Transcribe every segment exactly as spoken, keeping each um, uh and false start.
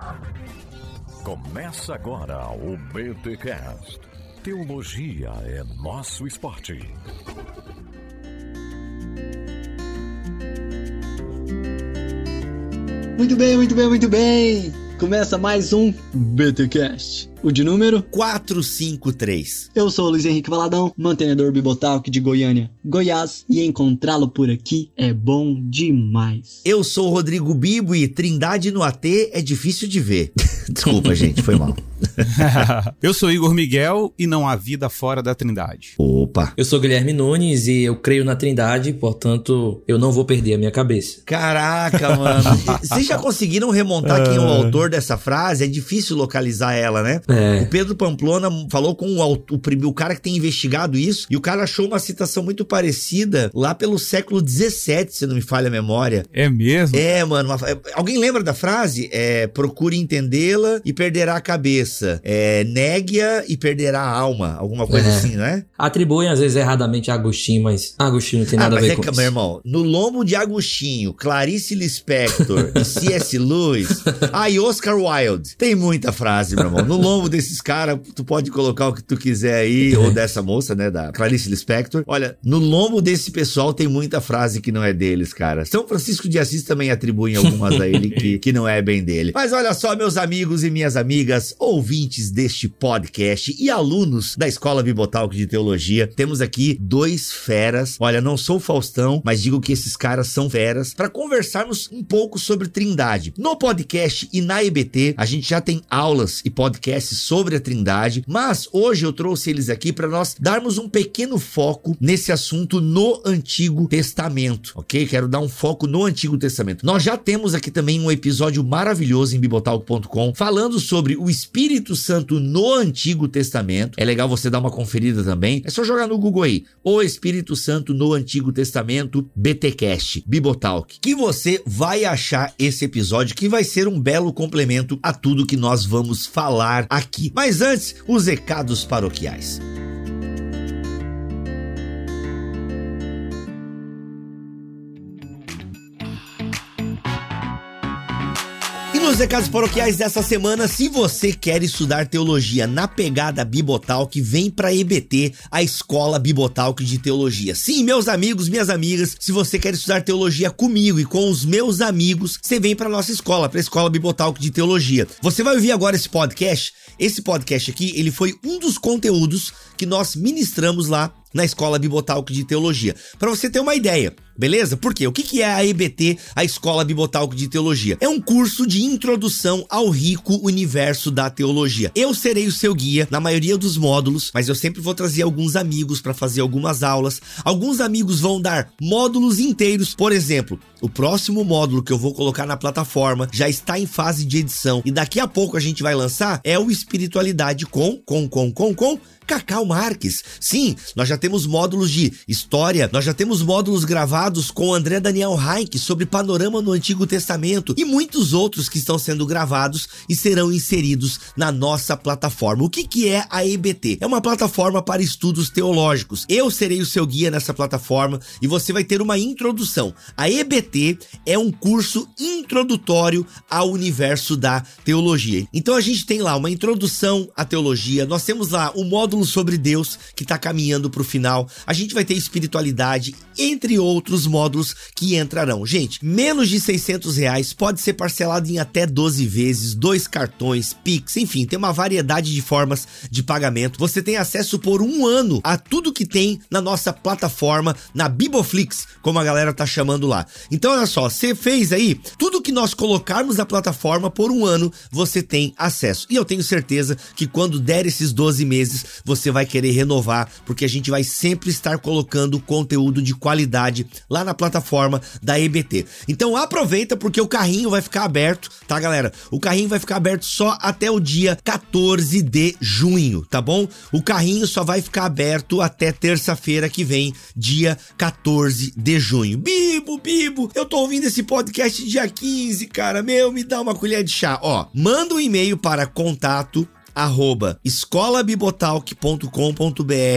Começa agora o B T Cast. Teologia é nosso esporte. Muito bem, muito bem, muito bem. Começa mais um B T Cast. O de número quatrocentos e cinquenta e três. Eu sou o Luiz Henrique Valadão, mantenedor Bibotalk de Goiânia, Goiás, e encontrá-lo por aqui é bom demais. Eu sou o Rodrigo Bibo e Trindade no A T é difícil de ver. Desculpa, gente, foi mal. Eu sou Igor Miguel e não há vida fora da Trindade. Opa. Eu sou Guilherme Nunes e eu creio na Trindade, portanto, eu não vou perder a minha cabeça. Caraca, mano. Vocês já conseguiram remontar quem é o autor dessa frase? É difícil localizar ela, né? É. O Pedro Pamplona falou com o, o, o cara que tem investigado isso, e o cara achou uma citação muito parecida lá pelo século dezessete, se não me falha a memória. É mesmo? É, mano. Uma, alguém lembra da frase? É, procure entendê-la e perderá a cabeça. É, negue-a e perderá a alma. Alguma coisa é. assim, não é? Atribuem, às vezes, erradamente a Agostinho, mas Agostinho não tem nada ah, a ver é com que, isso. Meu irmão, no lombo de Agostinho, Clarice Lispector e C S. Lewis, ah, e Oscar Wilde. Tem muita frase, meu irmão. No lombo desses caras, tu pode colocar o que tu quiser aí, ou dessa moça, né, da Clarice Lispector. Olha, no lombo desse pessoal tem muita frase que não é deles, cara. São Francisco de Assis também atribuem algumas a ele que, que não é bem dele. Mas olha só, meus amigos e minhas amigas, ouvintes deste podcast e alunos da Escola Bibotalk de Teologia, temos aqui dois feras. Olha, não sou Faustão, mas digo que esses caras são feras, para conversarmos um pouco sobre Trindade. No podcast e na E B T, a gente já tem aulas e podcasts sobre a Trindade, mas hoje eu trouxe eles aqui para nós darmos um pequeno foco nesse assunto no Antigo Testamento, ok? Quero dar um foco no Antigo Testamento. Nós já temos aqui também um episódio maravilhoso em bibotalk ponto com falando sobre o Espírito Santo no Antigo Testamento. É legal você dar uma conferida também. É só jogar no Google aí, o Espírito Santo no Antigo Testamento, B T Cast, Bibotalk, que você vai achar esse episódio que vai ser um belo complemento a tudo que nós vamos falar aqui. Mas antes, os recados paroquiais. Nos recados paroquiais dessa semana, se você quer estudar teologia na pegada Bibotalk, vem pra E B T, a Escola Bibotalk de Teologia. Sim, meus amigos, minhas amigas, se você quer estudar teologia comigo e com os meus amigos, você vem pra nossa escola, pra Escola Bibotalk de Teologia. Você vai ouvir agora esse podcast. Esse podcast aqui, ele foi um dos conteúdos que nós ministramos lá na Escola Bibotalk de Teologia. Pra você ter uma ideia, beleza? Por quê? O que é a E B T, a Escola Bibotalk de Teologia? É um curso de introdução ao rico universo da teologia. Eu serei o seu guia na maioria dos módulos, mas eu sempre vou trazer alguns amigos para fazer algumas aulas. Alguns amigos vão dar módulos inteiros. Por exemplo, o próximo módulo que eu vou colocar na plataforma já está em fase de edição e daqui a pouco a gente vai lançar é o Espiritualidade com, com, com, com, com Cacau Marques. Sim, nós já temos módulos de história, nós já temos módulos gravados com André Daniel Heinck sobre panorama no Antigo Testamento e muitos outros que estão sendo gravados e serão inseridos na nossa plataforma. O que que é a E B T? É uma plataforma para estudos teológicos. Eu serei o seu guia nessa plataforma e você vai ter uma introdução. A E B T é um curso introdutório ao universo da teologia. Então a gente tem lá uma introdução à teologia, nós temos lá o módulo sobre Deus, que está caminhando para o final. A gente vai ter espiritualidade, entre outros módulos que entrarão. Gente, menos de seiscentos reais, pode ser parcelado em até doze vezes, dois cartões, Pix, enfim, tem uma variedade de formas de pagamento. Você tem acesso por um ano a tudo que tem na nossa plataforma, na Biboflix, como a galera tá chamando lá. Então, olha só, você fez aí, tudo que nós colocarmos na plataforma por um ano, você tem acesso. E eu tenho certeza que quando der esses doze meses, você vai querer renovar, porque a gente vai sempre estar colocando conteúdo de qualidade lá na plataforma da E B T. Então aproveita, porque o carrinho vai ficar aberto, tá, galera? O carrinho vai ficar aberto só até o dia quatorze de junho, tá bom? O carrinho só vai ficar aberto até terça-feira que vem, dia quatorze de junho. Bibo, Bibo, eu tô ouvindo esse podcast dia quinze, cara, meu, me dá uma colher de chá. Ó, manda um e-mail para contato arroba escola bibotalk ponto com ponto br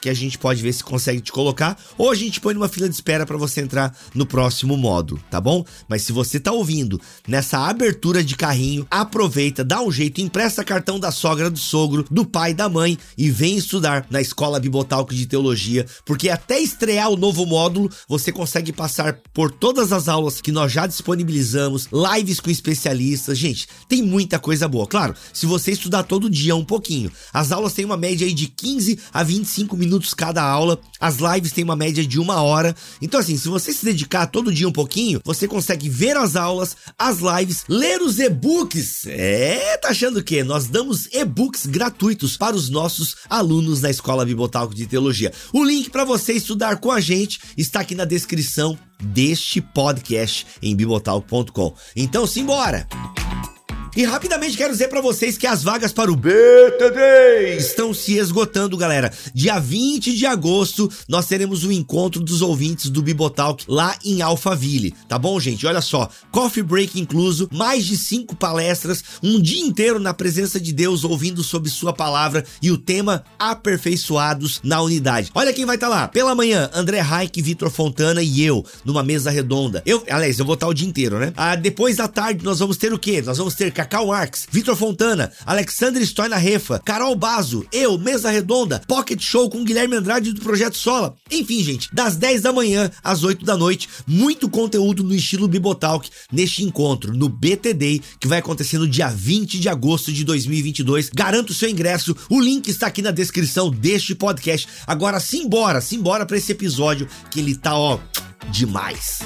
que a gente pode ver se consegue te colocar, ou a gente põe numa fila de espera para você entrar no próximo módulo, tá bom? Mas se você tá ouvindo nessa abertura de carrinho, aproveita, dá um jeito, empresta cartão da sogra, do sogro, do pai, da mãe e vem estudar na Escola Bibotalk de Teologia, porque até estrear o novo módulo, você consegue passar por todas as aulas que nós já disponibilizamos, lives com especialistas, gente, tem muita coisa boa. Claro, se você estudar todo dia um pouquinho, as aulas têm uma média aí de quinze a vinte e cinco minutos cada aula, as lives têm uma média de uma hora, então assim, se você se dedicar todo dia um pouquinho, você consegue ver as aulas, as lives, ler os e-books. É, tá achando o quê? Nós damos e-books gratuitos para os nossos alunos da Escola Bibotalk de Teologia. O link para você estudar com a gente está aqui na descrição deste podcast em bibotalk ponto com. Então, simbora! E rapidamente quero dizer pra vocês que as vagas para o B T D estão se esgotando, galera. Dia vinte de agosto, nós teremos o encontro dos ouvintes do Bibotalk lá em Alphaville, tá bom, gente? Olha só, coffee break incluso, mais de cinco palestras, um dia inteiro na presença de Deus, ouvindo sobre sua palavra e o tema aperfeiçoados na unidade. Olha quem vai estar tá lá. Pela manhã, André Reich, Vitor Fontana e eu, numa mesa redonda. Eu, aliás, eu vou estar o dia inteiro, né? Ah, depois da tarde, nós vamos ter o quê? Nós vamos ter Cacau Marx, Vitor Fontana, Alexandre Stoina Refa, Carol Bazo, eu, Mesa Redonda, Pocket Show com Guilherme Andrade do Projeto Sola. Enfim, gente, das dez da manhã às oito da noite, muito conteúdo no estilo Bibotalk neste encontro, no B T D, que vai acontecer no dia vinte de agosto de dois mil e vinte e dois. Garanto o seu ingresso, o link está aqui na descrição deste podcast. Agora, simbora, simbora pra esse episódio, que ele tá, ó, demais.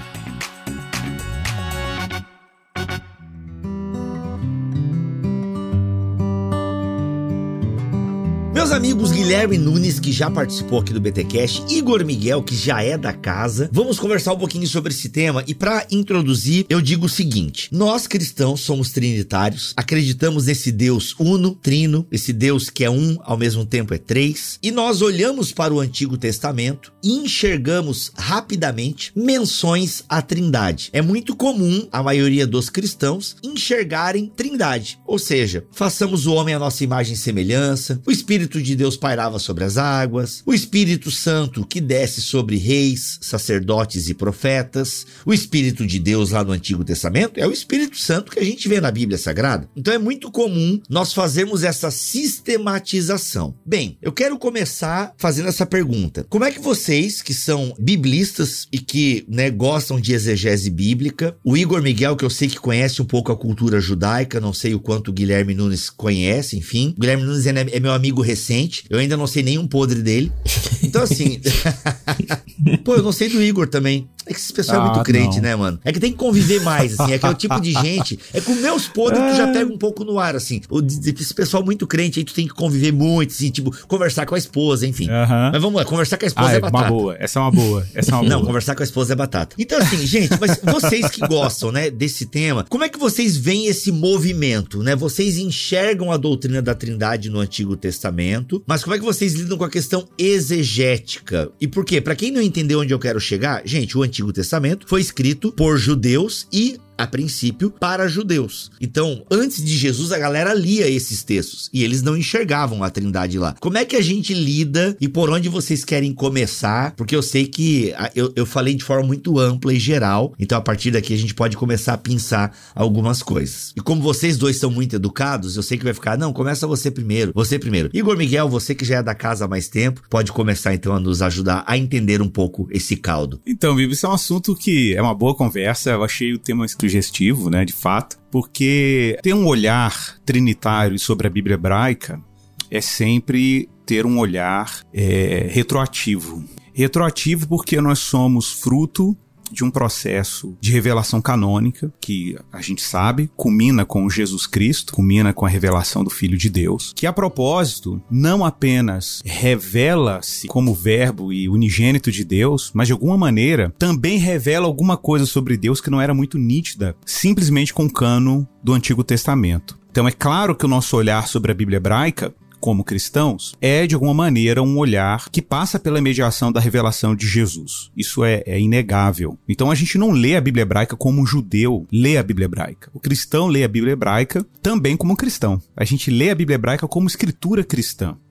Meus amigos Guilherme Nunes, que já participou aqui do BTcast, Igor Miguel, que já é da casa, vamos conversar um pouquinho sobre esse tema. E para introduzir, eu digo o seguinte: nós cristãos somos trinitários, acreditamos nesse Deus uno, trino, esse Deus que é um, ao mesmo tempo é três, e nós olhamos para o Antigo Testamento e enxergamos rapidamente menções à Trindade. É muito comum a maioria dos cristãos enxergarem Trindade, ou seja, façamos o homem à nossa imagem e semelhança, o Espírito de Deus pairava sobre as águas, o Espírito Santo que desce sobre reis, sacerdotes e profetas. O Espírito de Deus lá no Antigo Testamento é o Espírito Santo que a gente vê na Bíblia Sagrada. Então é muito comum nós fazermos essa sistematização. Bem, eu quero começar fazendo essa pergunta: como é que vocês, que são biblistas e que, né, gostam de exegese bíblica, o Igor Miguel, que eu sei que conhece um pouco a cultura judaica, não sei o quanto o Guilherme Nunes conhece, enfim, o Guilherme Nunes é meu amigo recente, eu ainda não sei nenhum podre dele. Então assim, pô, eu não sei do Igor também. É que esse pessoal ah, é muito crente, não. né, mano? É que tem que conviver mais, assim, é que é o tipo de gente, é com meus podres tu já pega um pouco no ar, assim, esse pessoal muito crente aí tu tem que conviver muito, assim, tipo, conversar com a esposa, enfim. Uh-huh. Mas vamos lá, conversar com a esposa ah, é, é batata. Uma boa, essa é uma boa, essa é uma boa. Não, conversar com a esposa é batata. Então assim, gente, mas vocês que gostam, né, desse tema, como é que vocês veem esse movimento, né? Vocês enxergam a doutrina da Trindade no Antigo Testamento, mas como é que vocês lidam com a questão exegética? E por quê? Pra quem não entendeu onde eu quero chegar, gente, o Antigo Testamento foi escrito por judeus e, a princípio, para judeus. Então, antes de Jesus, a galera lia esses textos e eles não enxergavam a Trindade lá. Como é que a gente lida e por onde vocês querem começar? Porque eu sei que eu, eu falei de forma muito ampla e geral, então a partir daqui a gente pode começar a pensar algumas coisas. E como vocês dois são muito educados, eu sei que vai ficar, não, começa você primeiro, você primeiro. Igor Miguel, você que já é da casa há mais tempo, pode começar então a nos ajudar a entender um pouco esse caldo. Então, Bíblia, isso é um assunto que é uma boa conversa, eu achei o tema sugestivo, né, de fato, porque ter um olhar trinitário sobre a Bíblia hebraica é sempre ter um olhar é, retroativo. Retroativo porque nós somos fruto de um processo de revelação canônica, que a gente sabe, culmina com Jesus Cristo, culmina com a revelação do Filho de Deus, que a propósito não apenas revela-se como verbo e unigênito de Deus, mas de alguma maneira também revela alguma coisa sobre Deus que não era muito nítida, simplesmente com o cânon do Antigo Testamento. Então é claro que o nosso olhar sobre a Bíblia hebraica como cristãos, é de alguma maneira um olhar que passa pela mediação da revelação de Jesus. Isso é, é inegável. Então a gente não lê a Bíblia hebraica como um judeu lê a Bíblia hebraica. O cristão lê a Bíblia hebraica também como um cristão. A gente lê a Bíblia hebraica como escritura cristã.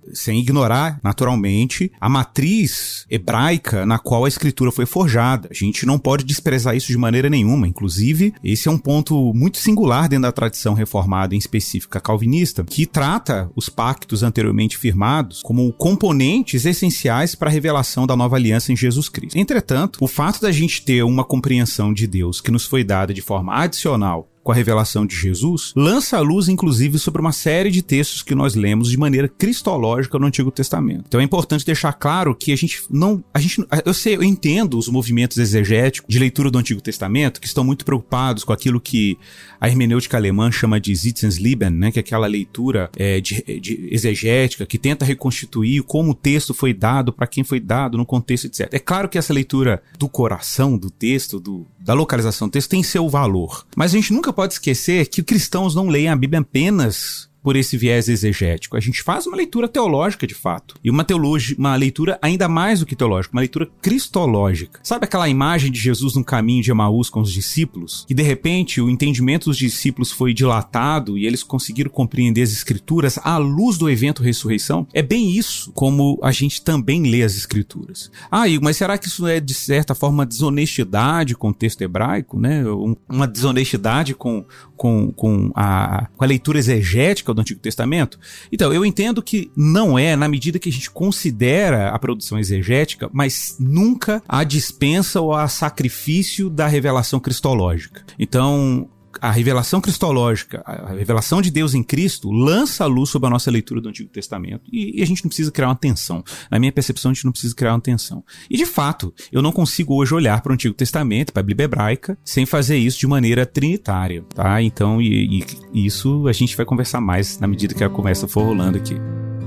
sem ignorar, naturalmente, a matriz hebraica na qual a escritura foi forjada. A gente não pode desprezar isso de maneira nenhuma. Inclusive, esse é um ponto muito singular dentro da tradição reformada, em específica calvinista, que trata os pactos anteriormente firmados como componentes essenciais para a revelação da nova aliança em Jesus Cristo. Entretanto, o fato da gente ter uma compreensão de Deus que nos foi dada de forma adicional com a revelação de Jesus, lança a luz, inclusive, sobre uma série de textos que nós lemos de maneira cristológica no Antigo Testamento. Então é importante deixar claro que a gente não... A gente, eu sei, eu entendo os movimentos exegéticos de leitura do Antigo Testamento que estão muito preocupados com aquilo que a hermenêutica alemã chama de Sitzensleben, né, que é aquela leitura é, de, de exegética que tenta reconstituir como o texto foi dado, para quem foi dado, no contexto, etcétera. É claro que essa leitura do coração do texto, do, da localização do texto, tem seu valor. Mas a gente nunca pode esquecer que cristãos não leem a Bíblia apenas por esse viés exegético. A gente faz uma leitura teológica de fato. E uma, teologia, uma leitura ainda mais do que teológica, uma leitura cristológica. Sabe aquela imagem de Jesus no caminho de Emaús com os discípulos? Que de repente o entendimento dos discípulos foi dilatado e eles conseguiram compreender as escrituras à luz do evento ressurreição? É bem isso como a gente também lê as escrituras. Ah, Igor, mas será que isso é de certa forma uma desonestidade com o texto hebraico, né? Uma desonestidade com, com, com, a, com a leitura exegética do Antigo Testamento? Então, eu entendo que não é, na medida que a gente considera a produção exegética, mas nunca a dispensa ou a sacrifício da revelação cristológica. Então, a revelação cristológica, a revelação de Deus em Cristo, lança a luz sobre a nossa leitura do Antigo Testamento. E, e a gente não precisa criar uma tensão. Na minha percepção, a gente não precisa criar uma tensão. E, de fato, eu não consigo hoje olhar para o Antigo Testamento, para a Bíblia hebraica, sem fazer isso de maneira trinitária, tá? Então, e, e isso a gente vai conversar mais na medida que a conversa for rolando aqui.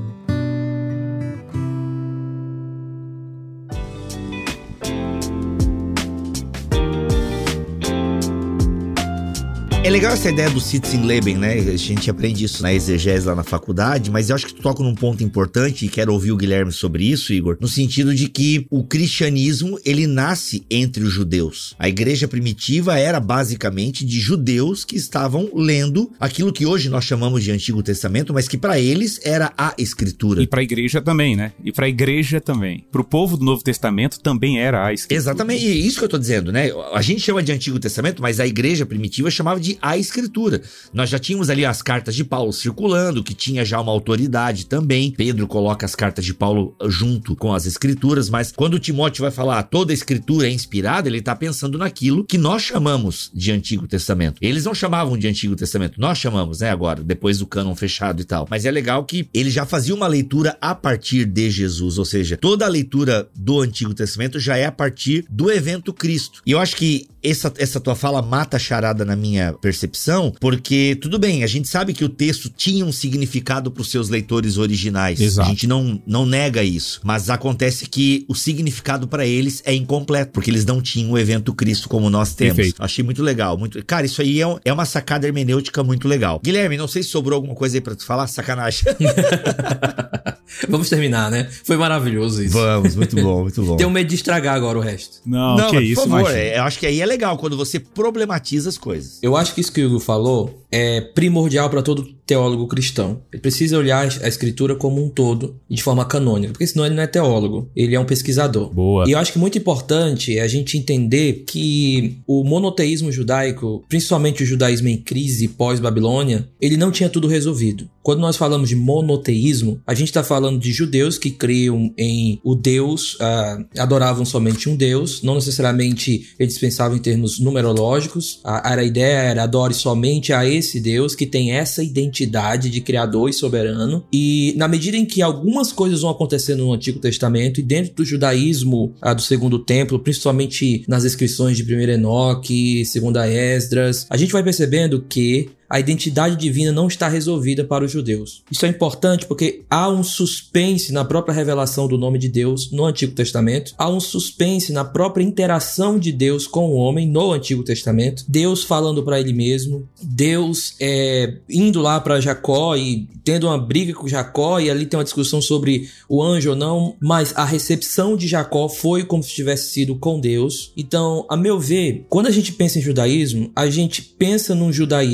É legal essa ideia do Sitzenleben, né? A gente aprende isso na exegese lá na faculdade, mas eu acho que tu toca num ponto importante e quero ouvir o Guilherme sobre isso, Igor, no sentido de que o cristianismo, ele nasce entre os judeus. A igreja primitiva era basicamente de judeus que estavam lendo aquilo que hoje nós chamamos de Antigo Testamento, mas que para eles era a Escritura. E para a igreja também, né? E para a igreja também. Para o povo do Novo Testamento também era a Escritura. Exatamente, e isso que eu tô dizendo, né? A gente chama de Antigo Testamento, mas a igreja primitiva chamava de a Escritura. Nós já tínhamos ali as cartas de Paulo circulando, que tinha já uma autoridade também. Pedro coloca as cartas de Paulo junto com as Escrituras, mas quando Timóteo vai falar toda a Escritura é inspirada, ele tá pensando naquilo que nós chamamos de Antigo Testamento. Eles não chamavam de Antigo Testamento, nós chamamos, né, agora, depois do cânon fechado e tal. Mas é legal que ele já fazia uma leitura a partir de Jesus, ou seja, toda a leitura do Antigo Testamento já é a partir do evento Cristo. E eu acho que essa, essa tua fala mata a charada na minha percepção, porque tudo bem, a gente sabe que o texto tinha um significado para os seus leitores originais. Exato. A gente não, não nega isso, mas acontece que o significado para eles é incompleto, porque eles não tinham o evento Cristo como nós temos. Perfeito. Achei muito legal. Muito... Cara, isso aí é, um, é uma sacada hermenêutica muito legal. Guilherme, não sei se sobrou alguma coisa aí pra tu falar, sacanagem. Vamos terminar, né? Foi maravilhoso isso. Vamos, muito bom, muito bom. Tenho medo de estragar agora o resto. Não, não que mas, isso, por favor, imagina. Eu acho que aí é legal, quando você problematiza as coisas. Eu acho que isso que o Hugo falou é primordial para todo teólogo cristão. Ele precisa olhar a escritura como um todo, de forma canônica, porque senão ele não é teólogo, ele é um pesquisador. Boa. E eu acho que muito importante é a gente entender que o monoteísmo judaico, principalmente o judaísmo em crise pós-Babilônia, ele não tinha tudo resolvido. Quando nós falamos de monoteísmo, a gente está falando de judeus que criam em o Deus, uh, adoravam somente um Deus, não necessariamente eles pensavam em termos numerológicos, a, a ideia era adore somente a esse Deus que tem essa identidade de criador e soberano, e na medida em que algumas coisas vão acontecendo no Antigo Testamento e dentro do judaísmo uh, do Segundo Templo, principalmente nas inscrições de primeiro Enoque, segunda Esdras, a gente vai percebendo que a identidade divina não está resolvida para os judeus. Isso é importante porque há um suspense na própria revelação do nome de Deus no Antigo Testamento, há um suspense na própria interação de Deus com o homem no Antigo Testamento, Deus falando para ele mesmo, Deus é, indo lá para Jacó e tendo uma briga com Jacó, e ali tem uma discussão sobre o anjo ou não, mas a recepção de Jacó foi como se tivesse sido com Deus. Então, a meu ver, quando a gente pensa em judaísmo, a gente pensa num judaísmo que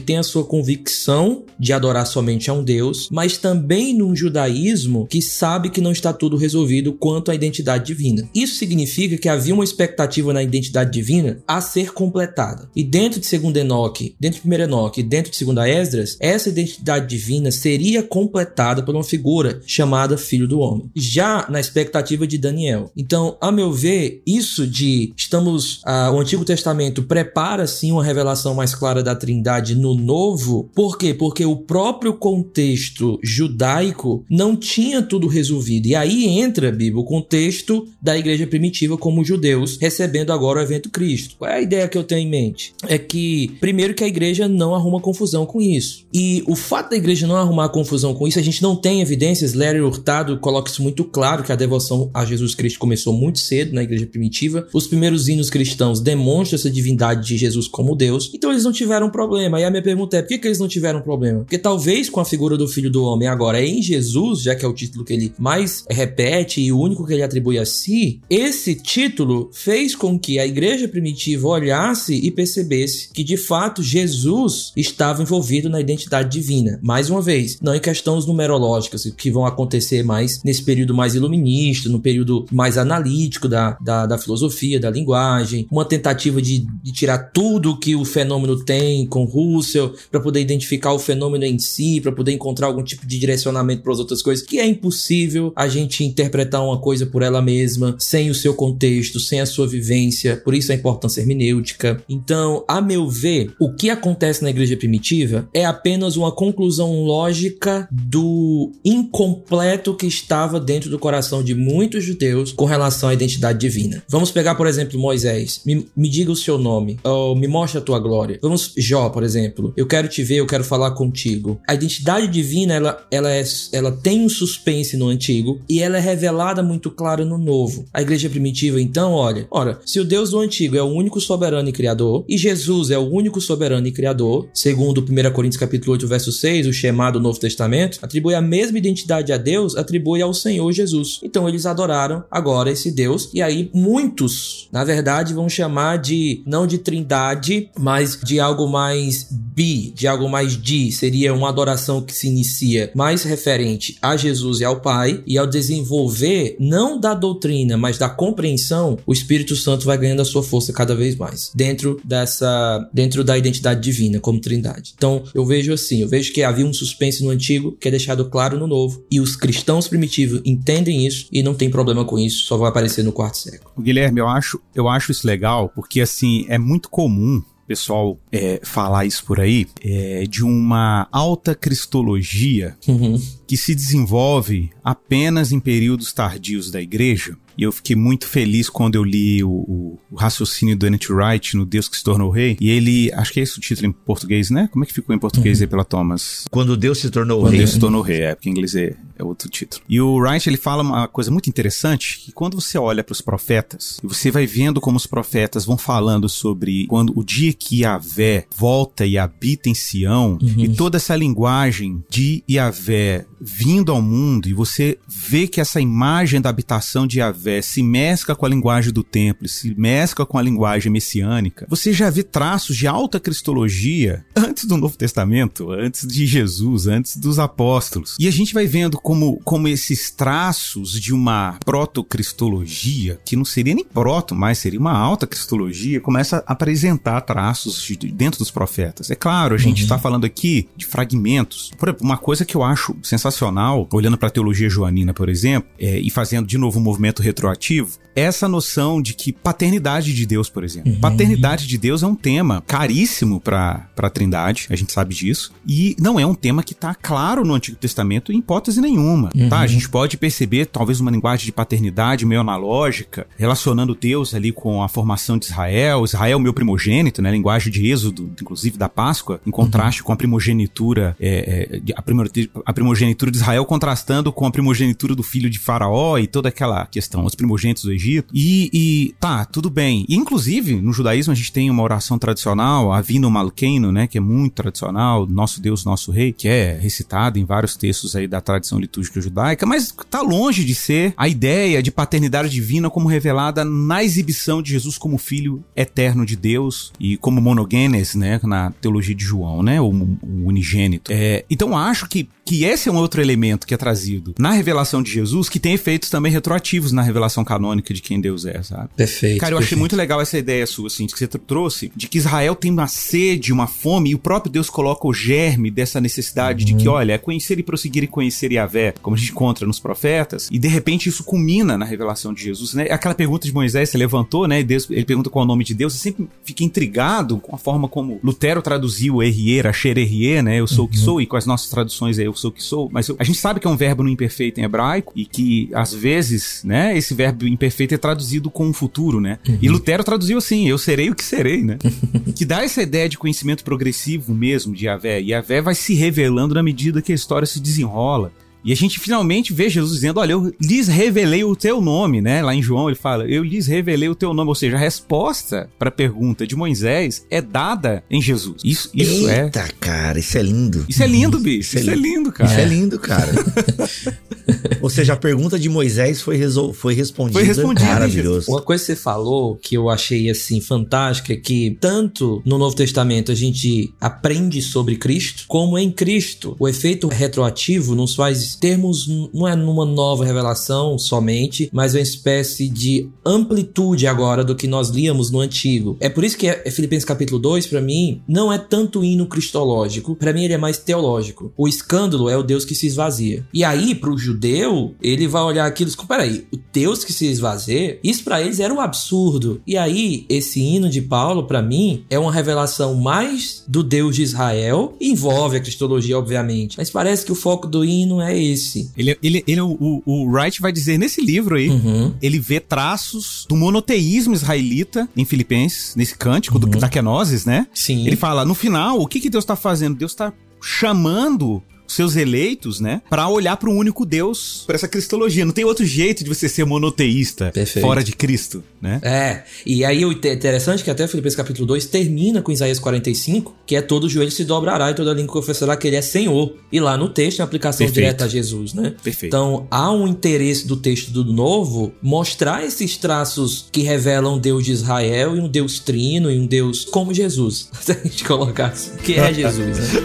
tem a sua convicção de adorar somente a um Deus, mas também num judaísmo que sabe que não está tudo resolvido quanto à identidade divina. Isso significa que havia uma expectativa na identidade divina a ser completada. E dentro de segundo Enoque, dentro de primeiro Enoque e dentro de segunda Esdras, essa identidade divina seria completada por uma figura chamada Filho do Homem. Já na expectativa de Daniel. Então, a meu ver, isso de estamos... Ah, o Antigo Testamento prepara sim uma revelação mais clara da Trindade no Novo. Por quê? Porque o próprio contexto judaico não tinha tudo resolvido. E aí entra, Bíblia, o contexto da igreja primitiva como judeus recebendo agora o evento Cristo. Qual é a ideia que eu tenho em mente? É que, primeiro, que a igreja não arruma confusão com isso. E o fato da igreja não arrumar confusão com isso, a gente não tem evidências. Larry Hurtado coloca isso muito claro, que a devoção a Jesus Cristo começou muito cedo na igreja primitiva. Os primeiros hinos cristãos demonstram essa divindade de Jesus como Deus. Então eles não tiveram problema. E a minha pergunta é, por que, que eles não tiveram problema? Porque talvez com a figura do Filho do Homem agora é em Jesus, já que é o título que ele mais repete e o único que ele atribui a si, esse título fez com que a igreja primitiva olhasse e percebesse que de fato Jesus estava envolvido na identidade divina. Mais uma vez, não em questões numerológicas que vão acontecer mais nesse período mais iluminista, no período mais analítico da, da, da filosofia, da linguagem, uma tentativa de, de tirar tudo que o fenômeno tem com Russell para poder identificar o fenômeno em si, para poder encontrar algum tipo de direcionamento para as outras coisas, que é impossível a gente interpretar uma coisa por ela mesma, sem o seu contexto, sem a sua vivência, por isso a importância hermenêutica. Então, a meu ver, o que acontece na igreja primitiva é apenas uma conclusão lógica do incompleto que estava dentro do coração de muitos judeus com relação à identidade divina. Vamos pegar, por exemplo, Moisés. Me, me diga o seu nome, ou me mostre a tua glória. Vamos, Jó, por exemplo. Eu quero te ver, eu quero falar contigo. A identidade divina, ela, ela, é, ela tem um suspense no Antigo e ela é revelada muito clara no Novo. A igreja primitiva, então, olha, ora, se o Deus do Antigo é o único soberano e criador, e Jesus é o único soberano e criador, segundo primeira Coríntios capítulo oito, verso seis, o Shema do Novo Testamento, atribui a mesma identidade a Deus, atribui ao Senhor Jesus. Então eles adoraram agora esse Deus, e aí muitos, na verdade, vão chamar de, não de trindade, mas de algo mais bi, de algo mais di, seria uma adoração que se inicia mais referente a Jesus e ao Pai, e ao desenvolver, não da doutrina, mas da compreensão, o Espírito Santo vai ganhando a sua força cada vez mais, dentro dessa, dentro da identidade divina, como trindade. Então, eu vejo assim, eu vejo que havia um suspense no Antigo, que é deixado claro no Novo, e os cristãos primitivos entendem isso, e não tem problema com isso, só vai aparecer no quarto século. Guilherme, eu acho, eu acho isso legal, porque assim, é muito comum pessoal é, falar isso por aí, é, de uma alta cristologia uhum. que se desenvolve apenas em períodos tardios da igreja. E eu fiquei muito feliz quando eu li o, o, o raciocínio do N T Wright no Deus que se tornou rei. E ele, acho que é esse o título em português, né? Como é que ficou em português uhum. aí pela Thomas? Quando Deus se tornou quando rei. Quando Deus se tornou rei, é, porque em inglês é, é outro título. E o Wright, ele fala uma coisa muito interessante, que quando você olha para os profetas, e você vai vendo como os profetas vão falando sobre quando o dia que Yahvé volta e habita em Sião, uhum. e toda essa linguagem de Yahvé vindo ao mundo, e você vê que essa imagem da habitação de Yahvé se mescla com a linguagem do templo, se mescla com a linguagem messiânica, você já vê traços de alta cristologia antes do Novo Testamento, antes de Jesus, antes dos apóstolos. E a gente vai vendo como, como esses traços de uma proto-cristologia, que não seria nem proto, mas seria uma alta cristologia, começa a apresentar traços de, dentro dos profetas. É claro, a gente está uhum. falando aqui de fragmentos. Por exemplo, uma coisa que eu acho sensacional, olhando para a teologia joanina, por exemplo, é, e fazendo de novo um movimento retroativo, essa noção de que paternidade de Deus, por exemplo. Uhum. Paternidade de Deus é um tema caríssimo para a Trindade, a gente sabe disso, e não é um tema que está claro no Antigo Testamento em hipótese nenhuma. Uhum. Tá? A gente pode perceber talvez uma linguagem de paternidade meio analógica, relacionando Deus ali com a formação de Israel, Israel meu primogênito, né? Linguagem de Êxodo, inclusive da Páscoa, em contraste uhum. com a primogenitura, é, é, a primogenitura de Israel contrastando com a primogenitura do filho de Faraó e toda aquela questão, os primogênitos do Egito. Egito. E, e tá, tudo bem. E, inclusive, no judaísmo a gente tem uma oração tradicional, Avinu Malkeinu, né, que é muito tradicional, Nosso Deus, Nosso Rei, que é recitada em vários textos aí da tradição litúrgica judaica, mas tá longe de ser a ideia de paternidade divina como revelada na exibição de Jesus como filho eterno de Deus e como monogenes, né, na teologia de João, né, o, o unigênito. É, então acho que, que esse é um outro elemento que é trazido na revelação de Jesus, que tem efeitos também retroativos na revelação canônica de quem Deus é, sabe? Perfeito. Cara, eu perfeito. achei muito legal essa ideia sua, assim, que você trouxe, de que Israel tem uma sede, uma fome, e o próprio Deus coloca o germe dessa necessidade uhum. de que, olha, é conhecer e prosseguir e conhecer Yahvé, como a gente encontra nos profetas, e de repente isso culmina na revelação de Jesus, né? Aquela pergunta de Moisés, você levantou, né? Deus, ele pergunta qual é o nome de Deus, você sempre fica intrigado com a forma como Lutero traduziu Errier, Asher Errier, né? Eu sou uhum. o que sou, e com as nossas traduções é eu sou o que sou, mas eu, a gente sabe que é um verbo no imperfeito em hebraico, e que, às vezes, né, esse verbo imperfeito é traduzido com um futuro, né? Uhum. E Lutero traduziu assim, eu serei o que serei, né? Que dá essa ideia de conhecimento progressivo mesmo de Yahvé, e Yahvé vai se revelando na medida que a história se desenrola. E a gente finalmente vê Jesus dizendo, olha, eu lhes revelei o teu nome, né? Lá em João ele fala, eu lhes revelei o teu nome. Ou seja, a resposta para a pergunta de Moisés é dada em Jesus. Isso, isso é... Eita, cara, isso é lindo. Isso é lindo, bicho. Isso, isso é lindo, lindo cara. Isso é lindo, cara. Ou seja, a pergunta de Moisés foi, resol... foi respondida. Foi respondida. Maravilhoso. Uma coisa que você falou que eu achei, assim, fantástica é que tanto no Novo Testamento a gente aprende sobre Cristo, como em Cristo o efeito retroativo nos faz termos, não é numa nova revelação somente, mas uma espécie de amplitude agora do que nós líamos no Antigo. É por isso que é Filipenses capítulo dois, pra mim, não é tanto hino cristológico, pra mim ele é mais teológico. O escândalo é o Deus que se esvazia. E aí, pro judeu, ele vai olhar aquilo e dizer, peraí, o Deus que se esvazia, isso pra eles era um absurdo. E aí, esse hino de Paulo, pra mim, é uma revelação mais do Deus de Israel, envolve a cristologia, obviamente, mas parece que o foco do hino é esse. Ele, ele, ele, o, o Wright vai dizer nesse livro aí, uhum. ele vê traços do monoteísmo israelita em Filipenses, nesse cântico uhum. do, da kenosis, né? Sim. Ele fala, no final, o que, que Deus está fazendo? Deus está chamando seus eleitos, né, pra olhar pro único Deus, pra essa cristologia. Não tem outro jeito de você ser monoteísta Perfeito. Fora de Cristo, né? É, e aí o interessante é que até Filipenses capítulo dois termina com Isaías quarenta e cinco, que é todo joelho se dobrará e toda língua confessará que ele é Senhor. E lá no texto é a aplicação Perfeito. Direta a Jesus, né? Perfeito. Então, há um interesse do texto do Novo mostrar esses traços que revelam um Deus de Israel e um Deus trino e um Deus como Jesus. Se a gente colocar assim, que é Jesus, né?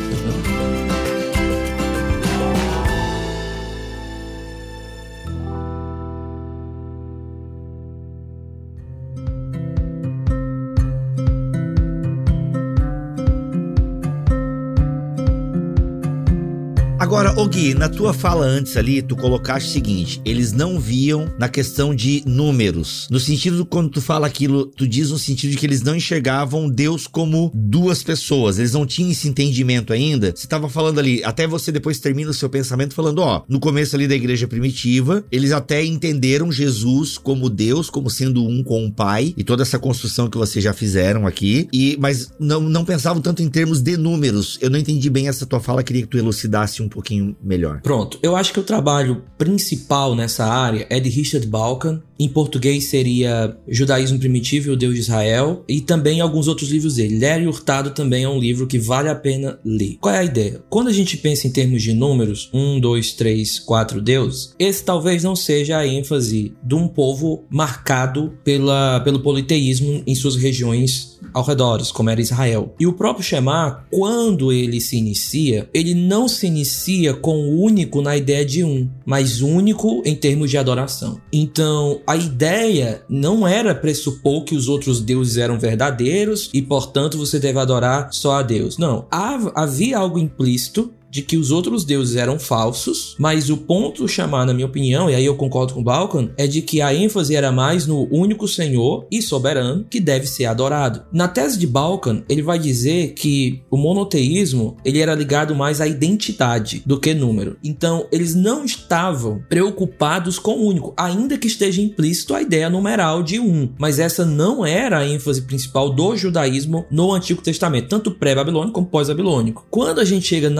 Agora, ô Gui, na tua fala antes ali, tu colocaste o seguinte, eles não viam na questão de números, no sentido, quando tu fala aquilo, tu diz no sentido de que eles não enxergavam Deus como duas pessoas, eles não tinham esse entendimento ainda. Você tava falando ali, até você depois termina o seu pensamento falando, ó, no começo ali da igreja primitiva, eles até entenderam Jesus como Deus, como sendo um com o Pai, e toda essa construção que vocês já fizeram aqui, e, mas não, não pensavam tanto em termos de números. Eu não entendi bem essa tua fala, queria que tu elucidasse um pouquinho melhor. Pronto, eu acho que o trabalho principal nessa área é de Richard Balkan. Em português seria Judaísmo Primitivo e o Deus de Israel, e também alguns outros livros dele. Lério Hurtado também é um livro que vale a pena ler. Qual é a ideia? Quando a gente pensa em termos de números, um, dois, três, quatro deuses, esse talvez não seja a ênfase de um povo marcado pela, pelo politeísmo em suas regiões ao redor, como era Israel. E o próprio Shema, quando ele se inicia, ele não se inicia com o único na ideia de um, mas único em termos de adoração. Então, a ideia não era pressupor que os outros deuses eram verdadeiros e, portanto, você deve adorar só a Deus. Não, havia algo implícito de que os outros deuses eram falsos, mas o ponto chamar, na minha opinião, e aí eu concordo com o Balkan, é de que a ênfase era mais no único Senhor e soberano que deve ser adorado. Na tese de Balkan, ele vai dizer que o monoteísmo ele era ligado mais à identidade do que número. Então, eles não estavam preocupados com o único, ainda que esteja implícito a ideia numeral de um, mas essa não era a ênfase principal do judaísmo no Antigo Testamento, tanto pré-babilônico como pós-babilônico. Quando a gente chega na igreja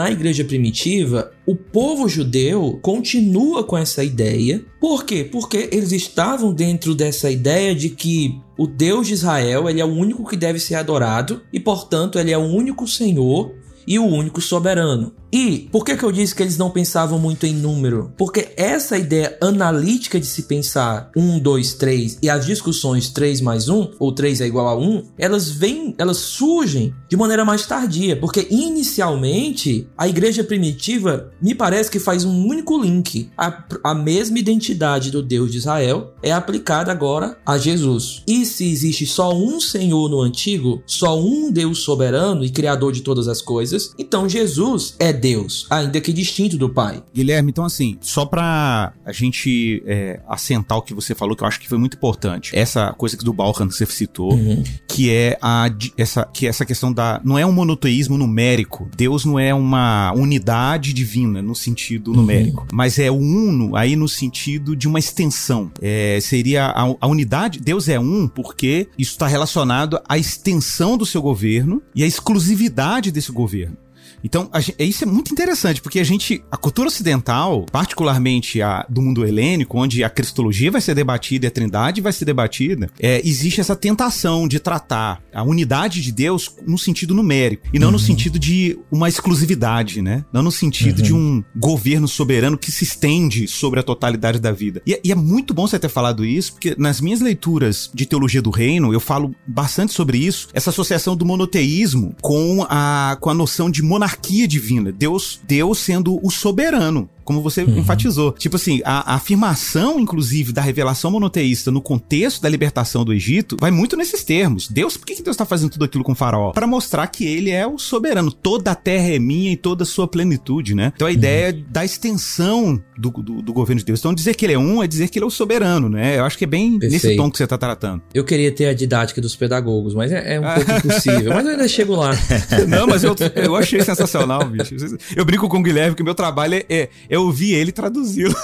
igreja primitiva, o povo judeu continua com essa ideia. Por quê? Porque eles estavam dentro dessa ideia de que o Deus de Israel, ele é o único que deve ser adorado e, portanto, ele é o único Senhor e o único soberano. E por que que eu disse que eles não pensavam muito em número? Porque essa ideia analítica de se pensar um, dois, três e as discussões três mais um, ou três é igual a um, elas vêm, elas surgem de maneira mais tardia. Porque inicialmente a igreja primitiva me parece que faz um único link. A, a mesma identidade do Deus de Israel é aplicada agora a Jesus. E se existe só um Senhor no antigo, só um Deus soberano e criador de todas as coisas, então Jesus é Deus, ainda que distinto do Pai. Guilherme, então assim, só pra a gente é, assentar o que você falou, que eu acho que foi muito importante, essa coisa do Balkan que você citou, uhum. que é a, essa, que é essa questão da... Não é um monoteísmo numérico, Deus não é uma unidade divina no sentido numérico, uhum. mas é o uno aí no sentido de uma extensão. É, seria a, a unidade, Deus é um porque isso está relacionado à extensão do seu governo e à exclusividade desse governo. Então, a gente, isso é muito interessante, porque a gente, a cultura ocidental, particularmente a do mundo helênico, onde a cristologia vai ser debatida e a trindade vai ser debatida, é, existe essa tentação de tratar a unidade de Deus no sentido numérico, e não uhum. no sentido de uma exclusividade, né? Não no sentido uhum. de um governo soberano que se estende sobre a totalidade da vida. E, e é muito bom você ter falado isso, porque nas minhas leituras de teologia do reino, eu falo bastante sobre isso, essa associação do monoteísmo com a, com a noção de monarquia divina, Deus, Deus sendo o soberano, como você uhum. enfatizou. Tipo assim, a, a afirmação, inclusive, da revelação monoteísta no contexto da libertação do Egito, vai muito nesses termos. Deus, por que, que Deus está fazendo tudo aquilo com o faraó? Para mostrar que ele é o soberano. Toda a terra é minha e toda a sua plenitude, né? Então a uhum. ideia da extensão do, do, do governo de Deus. Então dizer que ele é um é dizer que ele é o soberano, né? Eu acho que é bem Perfeito. Nesse tom que você está tratando. Eu queria ter a didática dos pedagogos, mas é, é um pouco impossível. Mas eu ainda chego lá. Não, mas eu, eu achei sensacional, bicho. Eu brinco com o Guilherme que o meu trabalho é, é, é ouvir ele traduzi-lo.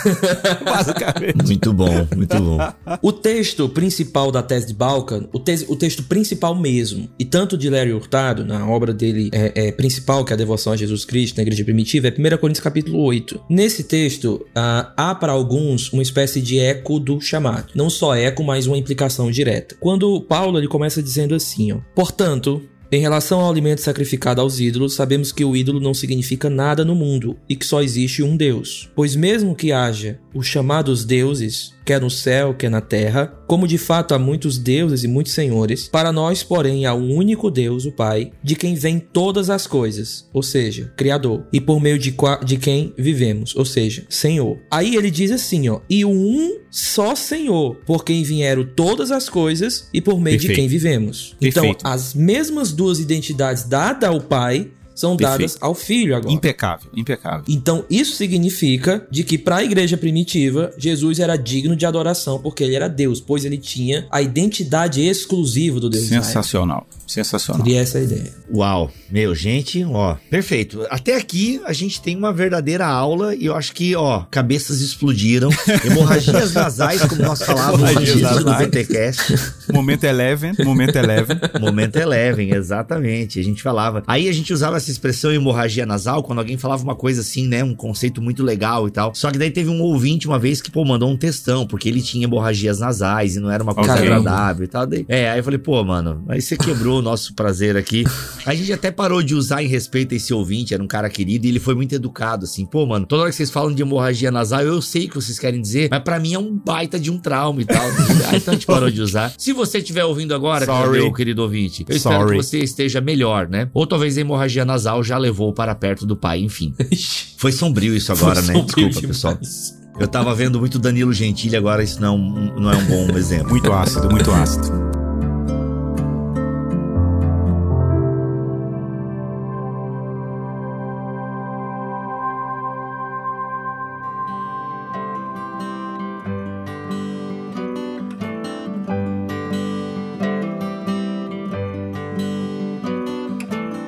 Basicamente. Muito bom, muito bom. O texto principal da tese de Balkan, o, te- o texto principal mesmo, e tanto de Lério Hurtado, na obra dele é, é, principal, que é a Devoção a Jesus Cristo na Igreja Primitiva, é primeira Coríntios capítulo oito. Nesse texto, ah, há para alguns uma espécie de eco do chamado. Não só eco, mas uma implicação direta. Quando Paulo ele começa dizendo assim, ó, portanto... Em relação ao alimento sacrificado aos ídolos, sabemos que o ídolo não significa nada no mundo e que só existe um Deus. Pois mesmo que haja os chamados deuses, quer no céu, quer na terra, como de fato há muitos deuses e muitos senhores, para nós, porém, há um único Deus, o Pai, de quem vêm todas as coisas, ou seja, Criador, e por meio de, qua- de quem vivemos, ou seja, Senhor. Aí ele diz assim, ó, e um só Senhor, por quem vieram todas as coisas e por meio Perfeito. De quem vivemos. Perfeito. Então, as mesmas duas identidades dadas ao Pai são dadas Perfeito. Ao Filho agora. Impecável, impecável. Então, isso significa de que para a igreja primitiva, Jesus era digno de adoração porque ele era Deus, pois ele tinha a identidade exclusiva do Deus de Israel. Sensacional, sensacional. Seria essa a ideia. Uau, meu, gente, ó, perfeito. Até aqui a gente tem uma verdadeira aula e eu acho que, ó, cabeças explodiram, hemorragias nasais, como nós falávamos no início do B T Cast. Momento Eleven, momento Eleven. Momento Eleven, exatamente. A gente falava. Aí a gente usava essa expressão hemorragia nasal quando alguém falava uma coisa assim, né, um conceito muito legal e tal. Só que daí teve um ouvinte uma vez que, pô, mandou um textão, porque ele tinha hemorragias nasais e não era uma coisa okay. agradável e tal. Daí, é, aí eu falei, pô, mano, aí você quebrou o nosso prazer aqui. A gente até parou de usar em respeito a esse ouvinte, era um cara querido e ele foi muito educado, assim. Pô, mano, toda hora que vocês falam de hemorragia nasal, eu sei o que vocês querem dizer, mas pra mim é um baita de um trauma e tal. Aí então a gente parou de usar. Se você estiver ouvindo agora, meu querido ouvinte, eu espero Sorry. Que você esteja melhor, né? Ou talvez a hemorragia nasal já levou para perto do pai, enfim. Foi sombrio isso agora, Foi né? Desculpa, demais. Pessoal. Eu tava vendo muito Danilo Gentili, agora isso não, não é um bom exemplo. Muito ácido, muito ácido.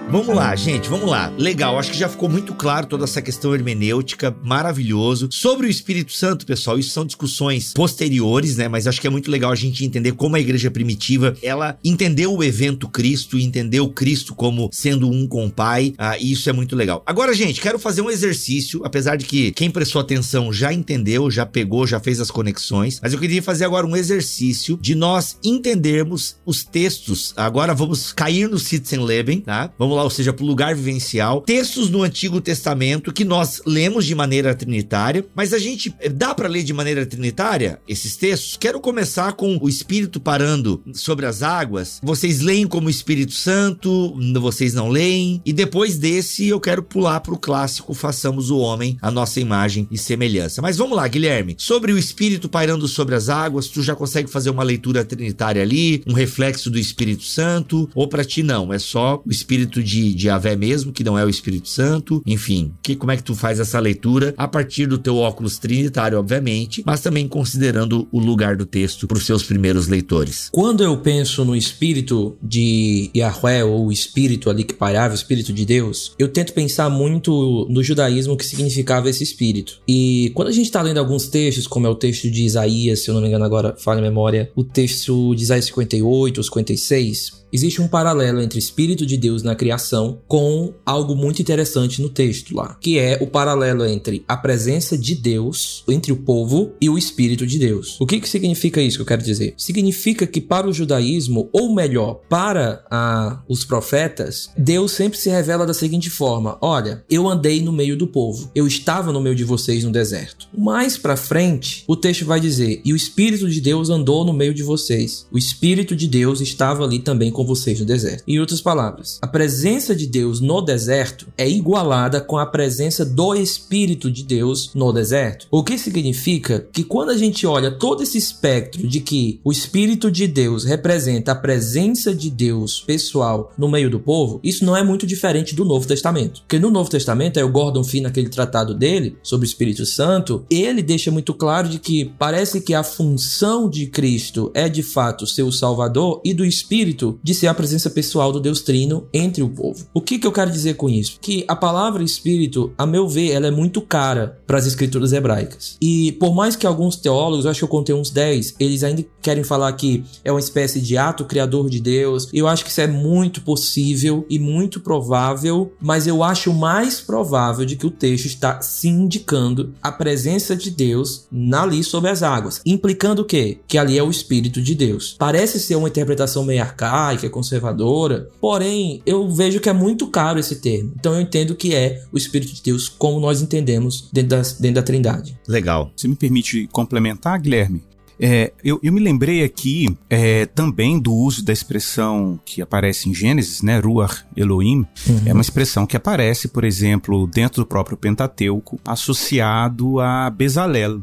Vamos lá, gente, vamos lá. Legal, acho que já ficou muito claro toda essa questão hermenêutica, maravilhoso. Sobre o Espírito Santo, pessoal, isso são discussões posteriores, né? Mas acho que é muito legal a gente entender como a igreja primitiva, ela entendeu o evento Cristo, entendeu Cristo como sendo um com o Pai, ah, e isso é muito legal. Agora, gente, quero fazer um exercício, apesar de que quem prestou atenção já entendeu, já pegou, já fez as conexões, mas eu queria fazer agora um exercício de nós entendermos os textos. Agora vamos cair no Sitzenleben, tá? Vamos lá, ou seja, para o lugar vivencial, textos no Antigo Testamento que nós lemos de maneira trinitária, mas a gente dá para ler de maneira trinitária esses textos? Quero começar com o Espírito parando sobre as águas. Vocês leem como Espírito Santo, vocês não leem, e depois desse eu quero pular para o clássico Façamos o Homem a nossa imagem e semelhança. Mas vamos lá, Guilherme, sobre o Espírito pairando sobre as águas, tu já consegue fazer uma leitura trinitária ali, um reflexo do Espírito Santo, ou para ti não, é só o Espírito de, de Yahvé mesmo, que não é o Espírito Santo, enfim, que, como é que tu faz essa leitura a partir do teu óculos trinitário, obviamente, mas também considerando o lugar do texto para os seus primeiros leitores. Quando eu penso no Espírito de Yahvé, ou o Espírito ali que pairava, o Espírito de Deus, eu tento pensar muito no judaísmo o que significava esse Espírito. E quando a gente está lendo alguns textos, como é o texto de Isaías, se eu não me engano agora, falha a memória, o texto de Isaías cinquenta e oito ou cinquenta e seis, existe um paralelo entre o Espírito de Deus na criação com algo muito interessante no texto lá, que é o paralelo entre a presença de Deus, entre o povo e o Espírito de Deus. O que que significa isso que eu quero dizer? Significa que para o judaísmo, ou melhor, para a, os profetas, Deus sempre se revela da seguinte forma: olha, eu andei no meio do povo, eu estava no meio de vocês no deserto. Mais pra frente, o texto vai dizer: e o Espírito de Deus andou no meio de vocês. O Espírito de Deus estava ali também com vocês no deserto. Em outras palavras, a presença de Deus no deserto é igualada com a presença do Espírito de Deus no deserto. O que significa que quando a gente olha todo esse espectro de que o Espírito de Deus representa a presença de Deus pessoal no meio do povo, isso não é muito diferente do Novo Testamento. Porque no Novo Testamento, é o Gordon Fee, naquele tratado dele sobre o Espírito Santo, ele deixa muito claro de que parece que a função de Cristo é de fato ser o Salvador e do Espírito de ser a presença pessoal do Deus Trino entre o povo. O que que eu quero dizer com isso? Que a palavra Espírito, a meu ver, ela é muito cara para as escrituras hebraicas. E por mais que alguns teólogos, eu acho que eu contei uns dez, eles ainda querem falar que é uma espécie de ato criador de Deus, eu acho que isso é muito possível e muito provável, mas eu acho mais provável de que o texto está se indicando a presença de Deus ali sobre as águas, implicando o quê? Que ali é o Espírito de Deus. Parece ser uma interpretação meio arcaica, conservadora, porém eu vejo que é muito caro esse termo, então eu entendo que é o Espírito de Deus como nós entendemos dentro da, dentro da Trindade. Legal. Você me permite complementar, Guilherme? É, eu, eu me lembrei aqui é, também do uso da expressão que aparece em Gênesis, né, Ruach Elohim. Uhum. É uma expressão que aparece, por exemplo, dentro do próprio Pentateuco, associado a Bezalel,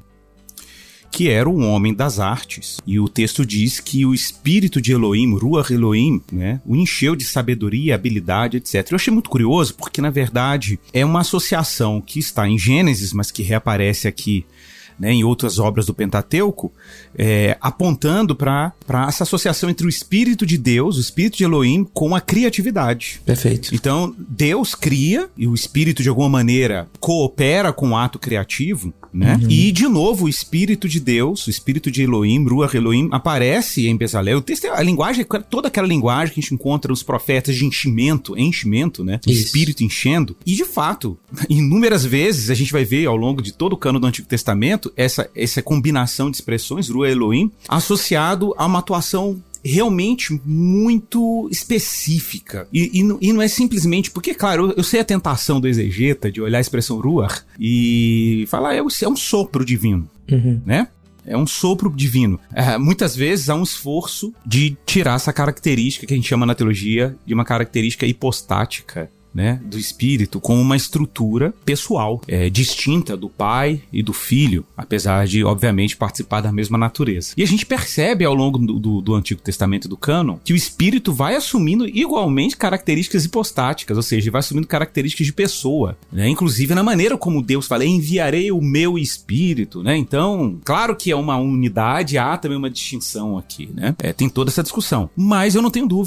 que era um homem das artes. E o texto diz que o espírito de Elohim, Ruach Elohim, né, o encheu de sabedoria, habilidade, etcétera. Eu achei muito curioso porque, na verdade, é uma associação que está em Gênesis, mas que reaparece aqui, né, em outras obras do Pentateuco, é, apontando para essa associação entre o Espírito de Deus, o Espírito de Elohim, com a criatividade. Perfeito. Então, Deus cria e o Espírito, de alguma maneira, coopera com o ato criativo, né? Uhum. E, de novo, o Espírito de Deus, o Espírito de Elohim, Ruach Elohim, aparece em Bezalel. O texto, a linguagem, toda aquela linguagem que a gente encontra nos profetas de enchimento, enchimento, né? O Espírito enchendo. E, de fato, inúmeras vezes a gente vai ver ao longo de todo o cano do Antigo Testamento essa, essa combinação de expressões, Ruach Elohim, associado a uma atuação realmente muito específica. E, e, e não é simplesmente... Porque, claro, eu, eu sei a tentação do exegeta de olhar a expressão Ruach e falar, é, é um sopro divino, uhum. né? É um sopro divino. É, muitas vezes há um esforço de tirar essa característica que a gente chama na teologia de uma característica hipostática, né, do espírito, com uma estrutura pessoal, é, distinta do pai e do filho, apesar de, obviamente, participar da mesma natureza. E a gente percebe ao longo do, do, do Antigo Testamento e do cânon que o espírito vai assumindo igualmente características hipostáticas, ou seja, vai assumindo características de pessoa, né, inclusive na maneira como Deus fala, enviarei o meu espírito, né, então, claro que é uma unidade, há também uma distinção aqui, né, é, tem toda essa discussão, mas eu não tenho dúvida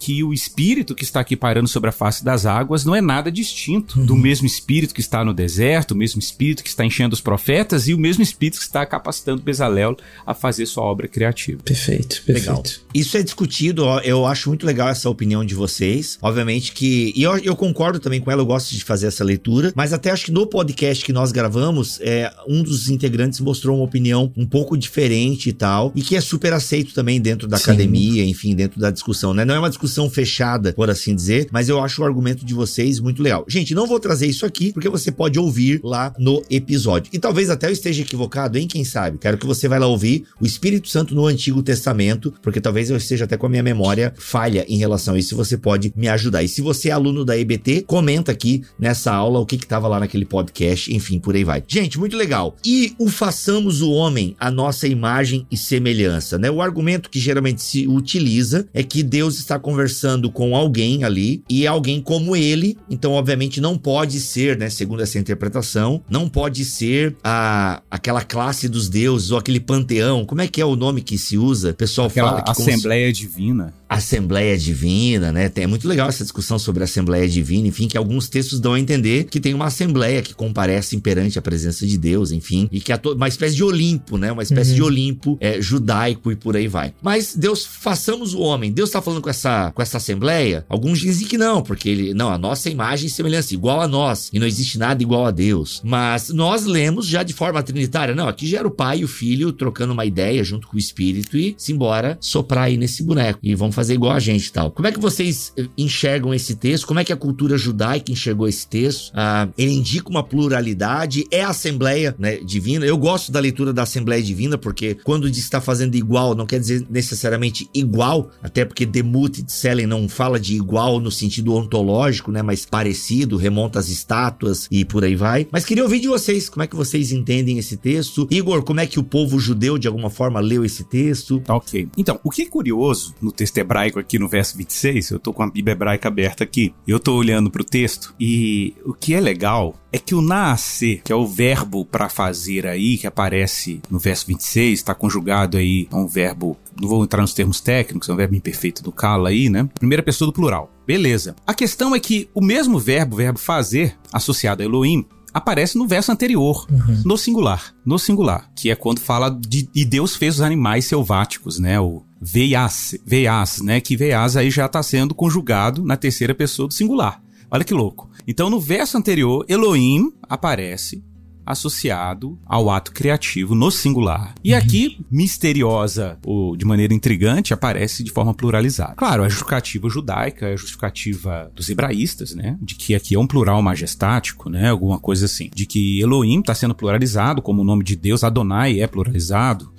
que o espírito que está aqui pairando sobre a face das águas não é nada distinto uhum. do mesmo espírito que está no deserto, o mesmo espírito que está enchendo os profetas e o mesmo espírito que está capacitando Bezalel a fazer sua obra criativa. Perfeito, perfeito. Legal. Isso é discutido, ó, eu acho muito legal essa opinião de vocês. Obviamente que, e eu, eu concordo também com ela, eu gosto de fazer essa leitura, mas até acho que no podcast que nós gravamos, é, um dos integrantes mostrou uma opinião um pouco diferente e tal, e que é super aceito também dentro da Sim. academia, enfim, dentro da discussão, né? Não é uma discussão fechada, por assim dizer, mas eu acho o argumento de vocês muito legal. Gente, não vou trazer isso aqui, porque você pode ouvir lá no episódio. E talvez até eu esteja equivocado, hein? Quem sabe? Quero que você vai lá ouvir o Espírito Santo no Antigo Testamento, porque talvez eu esteja até com a minha memória falha em relação a isso, você pode me ajudar. E se você é aluno da E B T, comenta aqui nessa aula o que que tava lá naquele podcast, enfim, por aí vai. Gente, muito legal. E o façamos o homem a nossa imagem e semelhança, né? O argumento que geralmente se utiliza é que Deus está conversando com alguém ali, e é alguém como ele, então obviamente não pode ser, né, segundo essa interpretação, não pode ser a, aquela classe dos deuses ou aquele panteão, como é que é o nome que se usa? O pessoal aquela fala que Assembleia se... Divina. Assembleia Divina, né? É muito legal essa discussão sobre a Assembleia Divina, enfim, que alguns textos dão a entender que tem uma Assembleia que comparece perante a presença de Deus, enfim, e que é uma espécie de Olimpo, né? Uma espécie uhum. de Olimpo é, judaico e por aí vai. Mas Deus, façamos o homem. Deus tá falando com essa, com essa Assembleia? Alguns dizem que não, porque ele, não, a nossa imagem e semelhança, igual a nós, e não existe nada igual a Deus. Mas nós lemos já de forma trinitária, não, aqui já era o Pai e o Filho trocando uma ideia junto com o Espírito e simbora soprar aí nesse boneco, e vamos fazer igual a gente e tal. Como é que vocês enxergam esse texto? Como é que a cultura judaica enxergou esse texto? Ah, ele indica uma pluralidade, é a Assembleia, né, Divina. Eu gosto da leitura da Assembleia Divina, porque quando diz está fazendo igual, não quer dizer necessariamente igual, até porque Demut Tselen não fala de igual no sentido ontológico, né, mas parecido, remonta às estátuas e por aí vai. Mas queria ouvir de vocês, como é que vocês entendem esse texto? Igor, como é que o povo judeu de alguma forma leu esse texto? Ok. Então, o que é curioso no texto hebraico aqui no verso vinte e seis, eu tô com a Bíblia hebraica aberta aqui, eu tô olhando pro texto, e o que é legal é que o nascer, que é o verbo para fazer aí, que aparece no verso vinte e seis, está conjugado aí, é um verbo, não vou entrar nos termos técnicos, é um verbo imperfeito do kala aí, né? Primeira pessoa do plural. Beleza. A questão é que o mesmo verbo, o verbo fazer, associado a Elohim, aparece no verso anterior, uhum. no singular, no singular, que é quando fala de, e Deus fez os animais selváticos, né, o veias, veias, né, que veias aí já está sendo conjugado na terceira pessoa do singular. Olha que louco. Então no verso anterior, Elohim aparece associado ao ato criativo no singular. E aqui, misteriosa ou de maneira intrigante, aparece de forma pluralizada. Claro, a justificativa judaica é a justificativa dos hebraístas, né? De que aqui é um plural majestático, né? Alguma coisa assim. De que Elohim está sendo pluralizado, como o nome de Deus, Adonai, é pluralizado.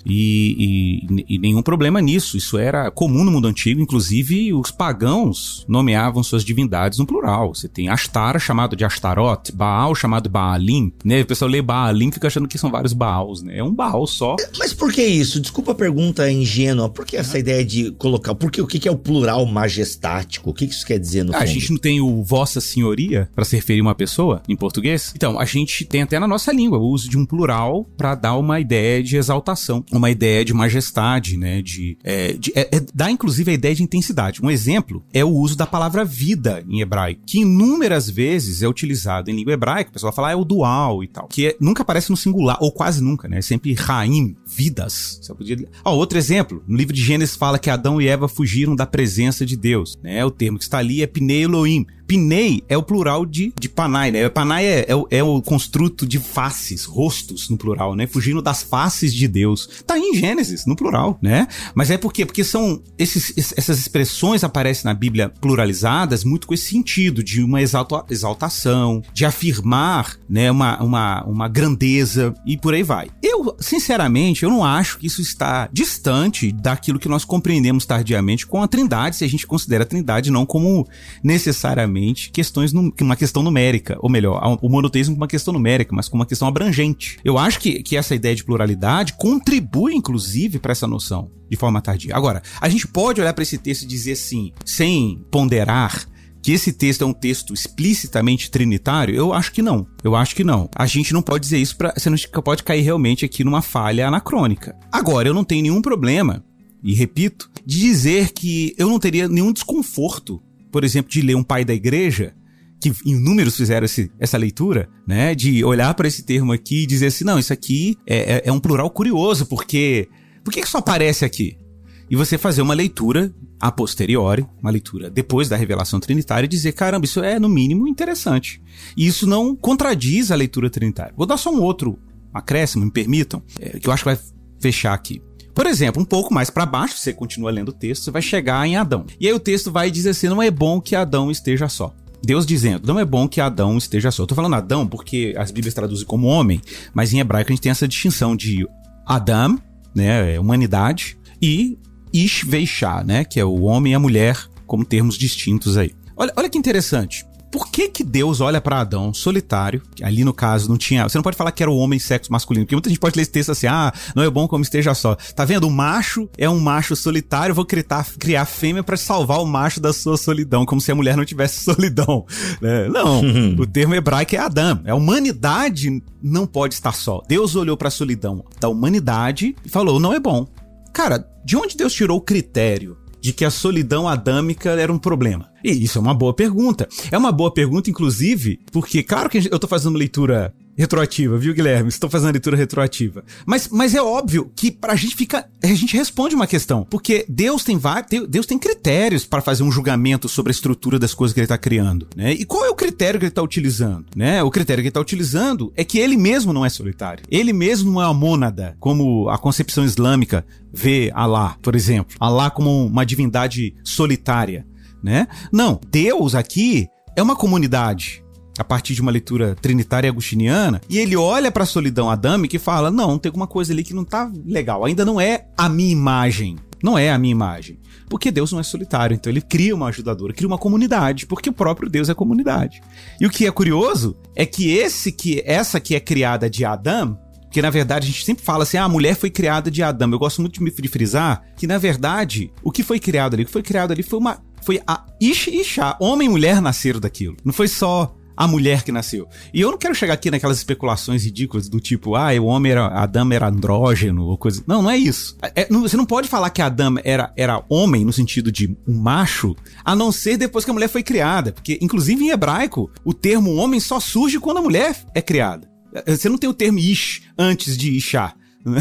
E, e, e nenhum problema nisso. Isso era comum no mundo antigo. Inclusive, os pagãos nomeavam suas divindades no plural. Você tem Astara, chamado de Astarot, Baal, chamado Baalim, né? O pessoal lê Baalim, fica achando que são vários Baals, né? É um Baal só. Mas por que isso? Desculpa a pergunta ingênua. Por que essa ah. ideia de colocar... Por que, o que é o plural majestático? O que isso quer dizer no ah, fundo? A gente não tem o Vossa Senhoria para se referir a uma pessoa em português? Então, a gente tem até na nossa língua o uso de um plural para dar uma ideia de exaltação, uma ideia de majestade, né? De, é, de, é, é, dá inclusive a ideia de intensidade. Um exemplo é o uso da palavra vida em hebraico, que inúmeras vezes é utilizado em língua hebraica. O pessoal fala, ah, é o dual e tal, que é, nunca aparece no singular, ou quase nunca, né? É sempre Raim, vidas. Você podia... oh, outro exemplo, no livro de Gênesis fala que Adão e Eva fugiram da presença de Deus, né? O termo que está ali é Pnei Elohim. Pnei é o plural de, de Panai, né? Panai é, é, o, é o construto de faces, rostos no plural, né? Fugindo das faces de Deus. Tá aí em Gênesis, no plural, né? Mas é por quê? Porque são esses, essas expressões aparecem na Bíblia pluralizadas muito com esse sentido de uma exalta, exaltação, de afirmar, né? Uma, uma, uma grandeza e por aí vai. Eu, sinceramente, eu não acho que isso está distante daquilo que nós compreendemos tardiamente com a Trindade, se a gente considera a Trindade não como necessariamente questões, uma questão numérica, ou melhor, o monoteísmo como uma questão numérica, mas como uma questão abrangente. Eu acho que, que essa ideia de pluralidade contribui, inclusive, para essa noção, de forma tardia. Agora, a gente pode olhar para esse texto e dizer assim, sem ponderar, que esse texto é um texto explicitamente trinitário? Eu acho que não. Eu acho que não. A gente não pode dizer isso, pra, você não pode cair realmente aqui numa falha anacrônica. Agora, eu não tenho nenhum problema e repito, de dizer que eu não teria nenhum desconforto, por exemplo, de ler um pai da igreja, que inúmeros fizeram esse, essa leitura, né, de olhar para esse termo aqui e dizer assim, não, isso aqui é, é, é um plural curioso, porque por que isso aparece aqui? E você fazer uma leitura a posteriori, uma leitura depois da revelação trinitária e dizer, caramba, isso é no mínimo interessante. E isso não contradiz a leitura trinitária. Vou dar só um outro acréscimo, me permitam, é, que eu acho que vai fechar aqui. Por exemplo, um pouco mais para baixo, você continua lendo o texto, você vai chegar em Adão. E aí o texto vai dizer assim, não é bom que Adão esteja só. Deus dizendo, não é bom que Adão esteja só. Eu tô falando Adão porque as Bíblias traduzem como homem, mas em hebraico a gente tem essa distinção de Adam, né, humanidade, e Ish Veishá, né, que é o homem e a mulher como termos distintos aí. Olha, olha que interessante. Por que que Deus olha para Adão solitário, que ali no caso não tinha... Você não pode falar que era o homem sexo masculino, porque muita gente pode ler esse texto assim, ah, não é bom como esteja só. Tá vendo? O macho é um macho solitário, vou criar, criar fêmea para salvar o macho da sua solidão, como se a mulher não tivesse solidão. Né? Não, o termo hebraico é Adam. A humanidade não pode estar só. Deus olhou para a solidão da humanidade e falou, não é bom. Cara, de onde Deus tirou o critério de que a solidão adâmica era um problema? E isso é uma boa pergunta. É uma boa pergunta, inclusive, porque, claro que eu tô fazendo uma leitura retroativa, viu, Guilherme? Estou fazendo a leitura retroativa. Mas, mas é óbvio que pra gente fica... A gente responde uma questão. Porque Deus tem vários... Deus tem critérios para fazer um julgamento sobre a estrutura das coisas que ele tá criando, né? E qual é o critério que ele tá utilizando, né? O critério que ele tá utilizando é que ele mesmo não é solitário. Ele mesmo não é uma mônada, como a concepção islâmica vê Alá, por exemplo. Alá como uma divindade solitária, né? Não, Deus aqui é uma comunidade, a partir de uma leitura trinitária agostiniana, e ele olha para a solidão adâmica e fala, não, tem alguma coisa ali que não tá legal, ainda não é a minha imagem, não é a minha imagem, porque Deus não é solitário, então ele cria uma ajudadora, cria uma comunidade, porque o próprio Deus é comunidade. E o que é curioso é que esse que essa que é criada de Adão, porque na verdade a gente sempre fala assim, ah, a mulher foi criada de Adão, eu gosto muito de me frisar que na verdade o que foi criado ali, o que foi criado ali foi uma foi a Ish e Ishá, homem e mulher nasceram daquilo, não foi só a mulher que nasceu. E eu não quero chegar aqui naquelas especulações ridículas do tipo, ah, o homem era, Adão era andrógeno ou coisa. Não, não é isso. É, não, você não pode falar que Adão era, era homem no sentido de um macho, a não ser depois que a mulher foi criada. Porque, inclusive em hebraico, o termo homem só surge quando a mulher é criada. Você não tem o termo Ish antes de Ishá.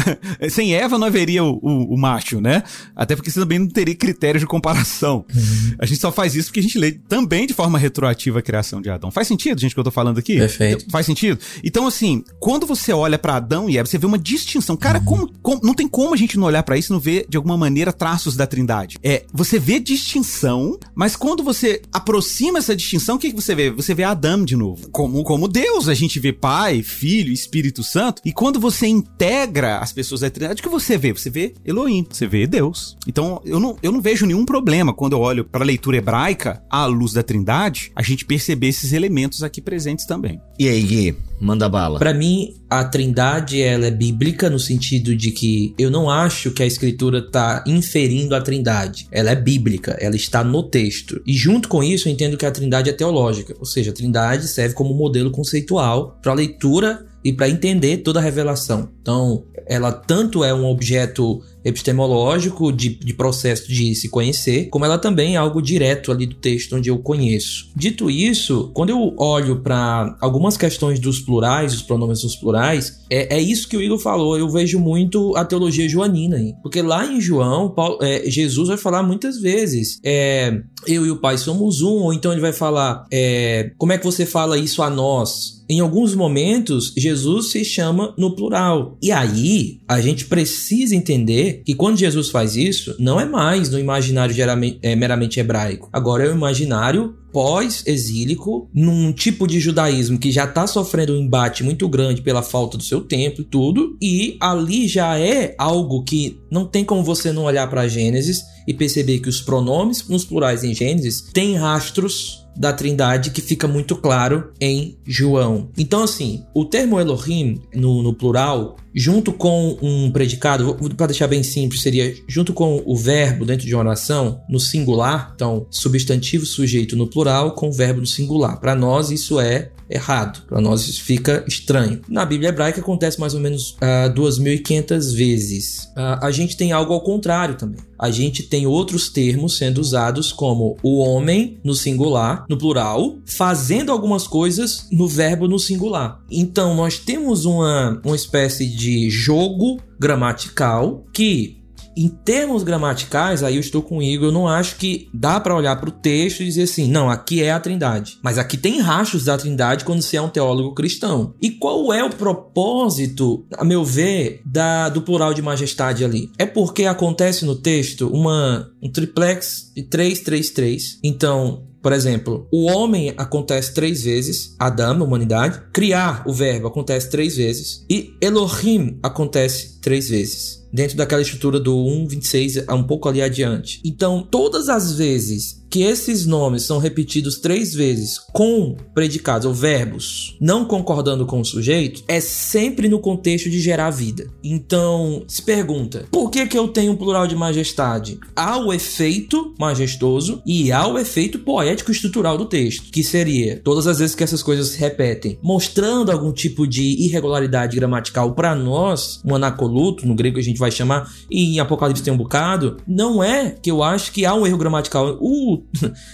Sem Eva não haveria o, o, o macho, né? Até porque você também não teria critérios de comparação. Uhum. A gente só faz isso porque a gente lê também de forma retroativa a criação de Adão. Faz sentido, gente, o que eu tô falando aqui? Perfeito. Faz sentido? Então, assim, quando você olha pra Adão e Eva, você vê uma distinção. Cara, uhum. como, como, não tem como a gente não olhar pra isso e não ver, de alguma maneira, traços da Trindade. É, você vê distinção, mas quando você aproxima essa distinção, o que, que você vê? Você vê Adão de novo. Como, como Deus, a gente vê Pai, Filho, Espírito Santo. E quando você integra as pessoas da Trindade, o que você vê? Você vê Elohim, você vê Deus. Então, eu não, eu não vejo nenhum problema quando eu olho para a leitura hebraica, à luz da Trindade, a gente perceber esses elementos aqui presentes também. E aí, Gui? Manda bala. Para mim, a Trindade, ela é bíblica no sentido de que eu não acho que a Escritura tá inferindo a Trindade. Ela é bíblica, ela está no texto. E junto com isso, eu entendo que a Trindade é teológica. Ou seja, a Trindade serve como modelo conceitual para a leitura e para entender toda a revelação. Então, ela tanto é um objeto epistemológico de, de processo de se conhecer, como ela também é algo direto ali do texto onde eu conheço. Dito isso, quando eu olho para algumas questões dos plurais, os pronomes dos plurais, é, é isso que o Igor falou, eu vejo muito a teologia joanina aí. Porque lá em João, Paulo, é, Jesus vai falar muitas vezes, é, eu e o Pai somos um, ou então ele vai falar, é, como é que você fala isso a nós? Em alguns momentos, Jesus se chama no plural. E aí, a gente precisa entender que quando Jesus faz isso, não é mais no imaginário geralmente, é, meramente hebraico. Agora é o imaginário pós-exílico, num tipo de judaísmo que já está sofrendo um embate muito grande pela falta do seu templo e tudo, e ali já é algo que não tem como você não olhar para Gênesis e perceber que os pronomes nos plurais em Gênesis têm rastros da Trindade que fica muito claro em João. Então, assim, o termo Elohim no, no plural, junto com um predicado, para deixar bem simples, seria junto com o verbo dentro de uma oração, no singular, então, substantivo sujeito no plural com o verbo no singular. Para nós, isso é errado. Para nós isso fica estranho. Na Bíblia hebraica acontece mais ou menos uh, duas mil e quinhentas vezes. Uh, a gente tem algo ao contrário também. A gente tem outros termos sendo usados como o homem no singular, no plural, fazendo algumas coisas no verbo no singular. Então nós temos uma, uma espécie de jogo gramatical que, em termos gramaticais, aí eu estou com o Igor, eu não acho que dá para olhar para o texto e dizer assim, não, aqui é a Trindade. Mas aqui tem rastros da Trindade quando você é um teólogo cristão. E qual é o propósito, a meu ver, da, do plural de majestade ali? É porque acontece no texto uma, um triplex de três, três, três. Então, por exemplo, o homem acontece três vezes, Adão, humanidade. Criar, o verbo, acontece três vezes. E Elohim acontece três vezes. Dentro daquela estrutura do um, vinte e seis, um pouco ali adiante. Então, todas as vezes que esses nomes são repetidos três vezes com predicados ou verbos não concordando com o sujeito, é sempre no contexto de gerar vida. Então, se pergunta, por que que eu tenho um plural de majestade? Há o efeito majestoso e há o efeito poético estrutural do texto, que seria, todas as vezes que essas coisas se repetem, mostrando algum tipo de irregularidade gramatical para nós, um anacoluto, no grego a gente vai chamar, e em Apocalipse tem um bocado, não é que eu acho que há um erro gramatical. O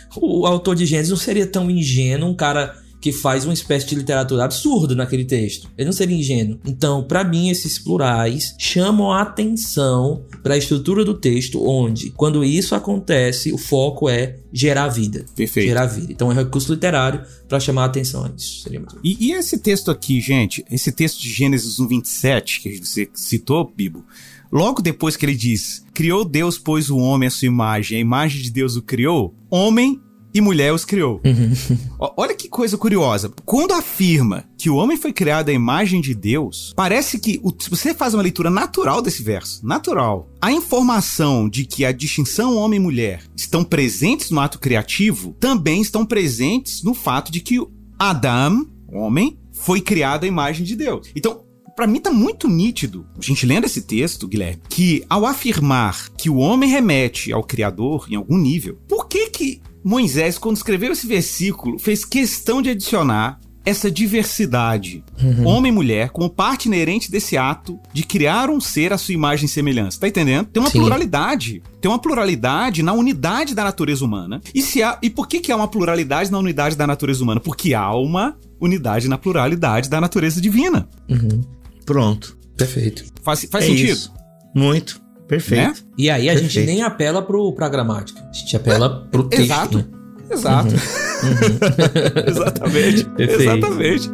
O autor de Gênesis não seria tão ingênuo, um cara que faz uma espécie de literatura absurda naquele texto. Ele não seria ingênuo. Então, para mim, esses plurais chamam a atenção para a estrutura do texto, onde, quando isso acontece, o foco é gerar vida. Perfeito. Gerar vida. Então, é um recurso literário para chamar a atenção a isso. Seria muito... e, e esse texto aqui, gente, esse texto de Gênesis um, vinte e sete, que você citou, Bibo, logo depois que ele diz, criou Deus, pois o homem à sua imagem, a imagem de Deus o criou, homem e mulher os criou. Uhum. Olha que coisa curiosa. Quando afirma que o homem foi criado à imagem de Deus, parece que, o, se você faz uma leitura natural desse verso, natural, a informação de que a distinção homem e mulher estão presentes no ato criativo, também estão presentes no fato de que Adão, homem, foi criado à imagem de Deus. Então, pra mim tá muito nítido, a gente lendo esse texto, Guilherme, que ao afirmar que o homem remete ao Criador em algum nível, por que que Moisés, quando escreveu esse versículo, fez questão de adicionar essa diversidade, uhum. homem e mulher, como parte inerente desse ato de criar um ser à sua imagem e semelhança? Tá entendendo? Tem uma Sim. pluralidade. Tem uma pluralidade na unidade da natureza humana. E, se há, e por que que há uma pluralidade na unidade da natureza humana? Porque há uma unidade na pluralidade da natureza divina. Uhum. Pronto. Perfeito. Faz, faz é sentido? Isso. Muito. Perfeito. Né? E aí a Perfeito. gente nem apela pro, pra gramática. A gente apela pro texto. Exato. Né? Exato. Uhum. Uhum. Exatamente. Perfeito. Exatamente.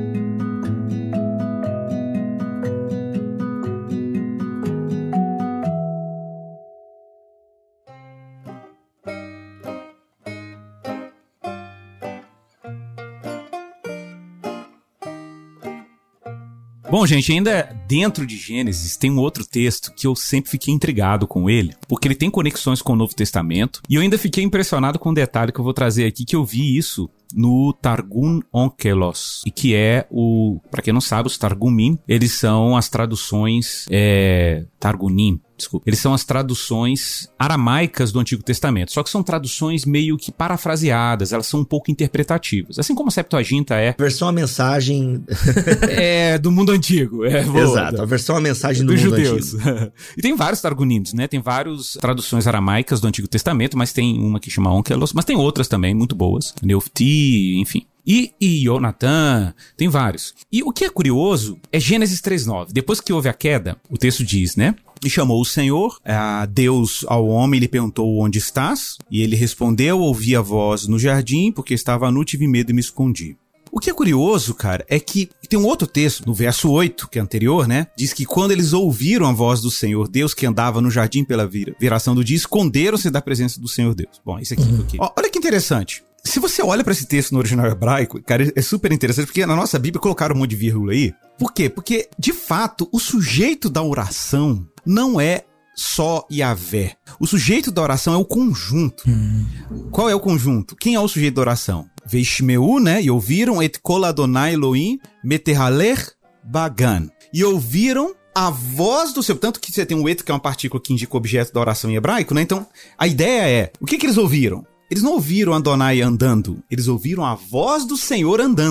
Bom, gente, ainda dentro de Gênesis tem um outro texto que eu sempre fiquei intrigado com ele, porque ele tem conexões com o Novo Testamento, e eu ainda fiquei impressionado com um detalhe que eu vou trazer aqui, que eu vi isso no Targum Onkelos, e que é o, pra quem não sabe, os Targumim, eles são as traduções, é, Targumim, desculpa, eles são as traduções aramaicas do Antigo Testamento, só que são traduções meio que parafraseadas, elas são um pouco interpretativas, assim como a Septuaginta é. A versão a mensagem... é, do mundo antigo. É, boa, exato, a versão a mensagem do dos mundo judeus. antigo. E tem vários Targunims, né? Tem várias traduções aramaicas do Antigo Testamento, mas tem uma que chama Onkelos, mas tem outras também muito boas. Neufti, enfim. E, e Jonathan, tem vários. E o que é curioso é Gênesis três nove. Depois que houve a queda, o texto diz, né? E chamou o Senhor, a Deus ao homem, lhe perguntou onde estás? E ele respondeu, ouvi a voz no jardim, porque estava nu, tive medo e me escondi. O que é curioso, cara, é que tem um outro texto, no verso oito, que é anterior, né? Diz que quando eles ouviram a voz do Senhor Deus, que andava no jardim pela vira, viração do dia, esconderam-se da presença do Senhor Deus. Bom, isso aqui, uhum. aqui. Ó, olha que interessante. Se você olha pra esse texto no original hebraico, cara, é super interessante, porque na nossa Bíblia colocaram um monte de vírgula aí. Por quê? Porque, de fato, o sujeito da oração não é só Yahvé. O sujeito da oração é o conjunto. Hum. Qual é o conjunto? Quem é o sujeito da oração? Veishmeu, né? E ouviram et kol Adonai Elohim meterhaler bagan. E ouviram a voz do seu... Tanto que você tem um et, que é uma partícula que indica o objeto da oração em hebraico, né? Então, a ideia é... O que que eles ouviram? Eles não ouviram Adonai andando. Eles ouviram a voz do Senhor andando.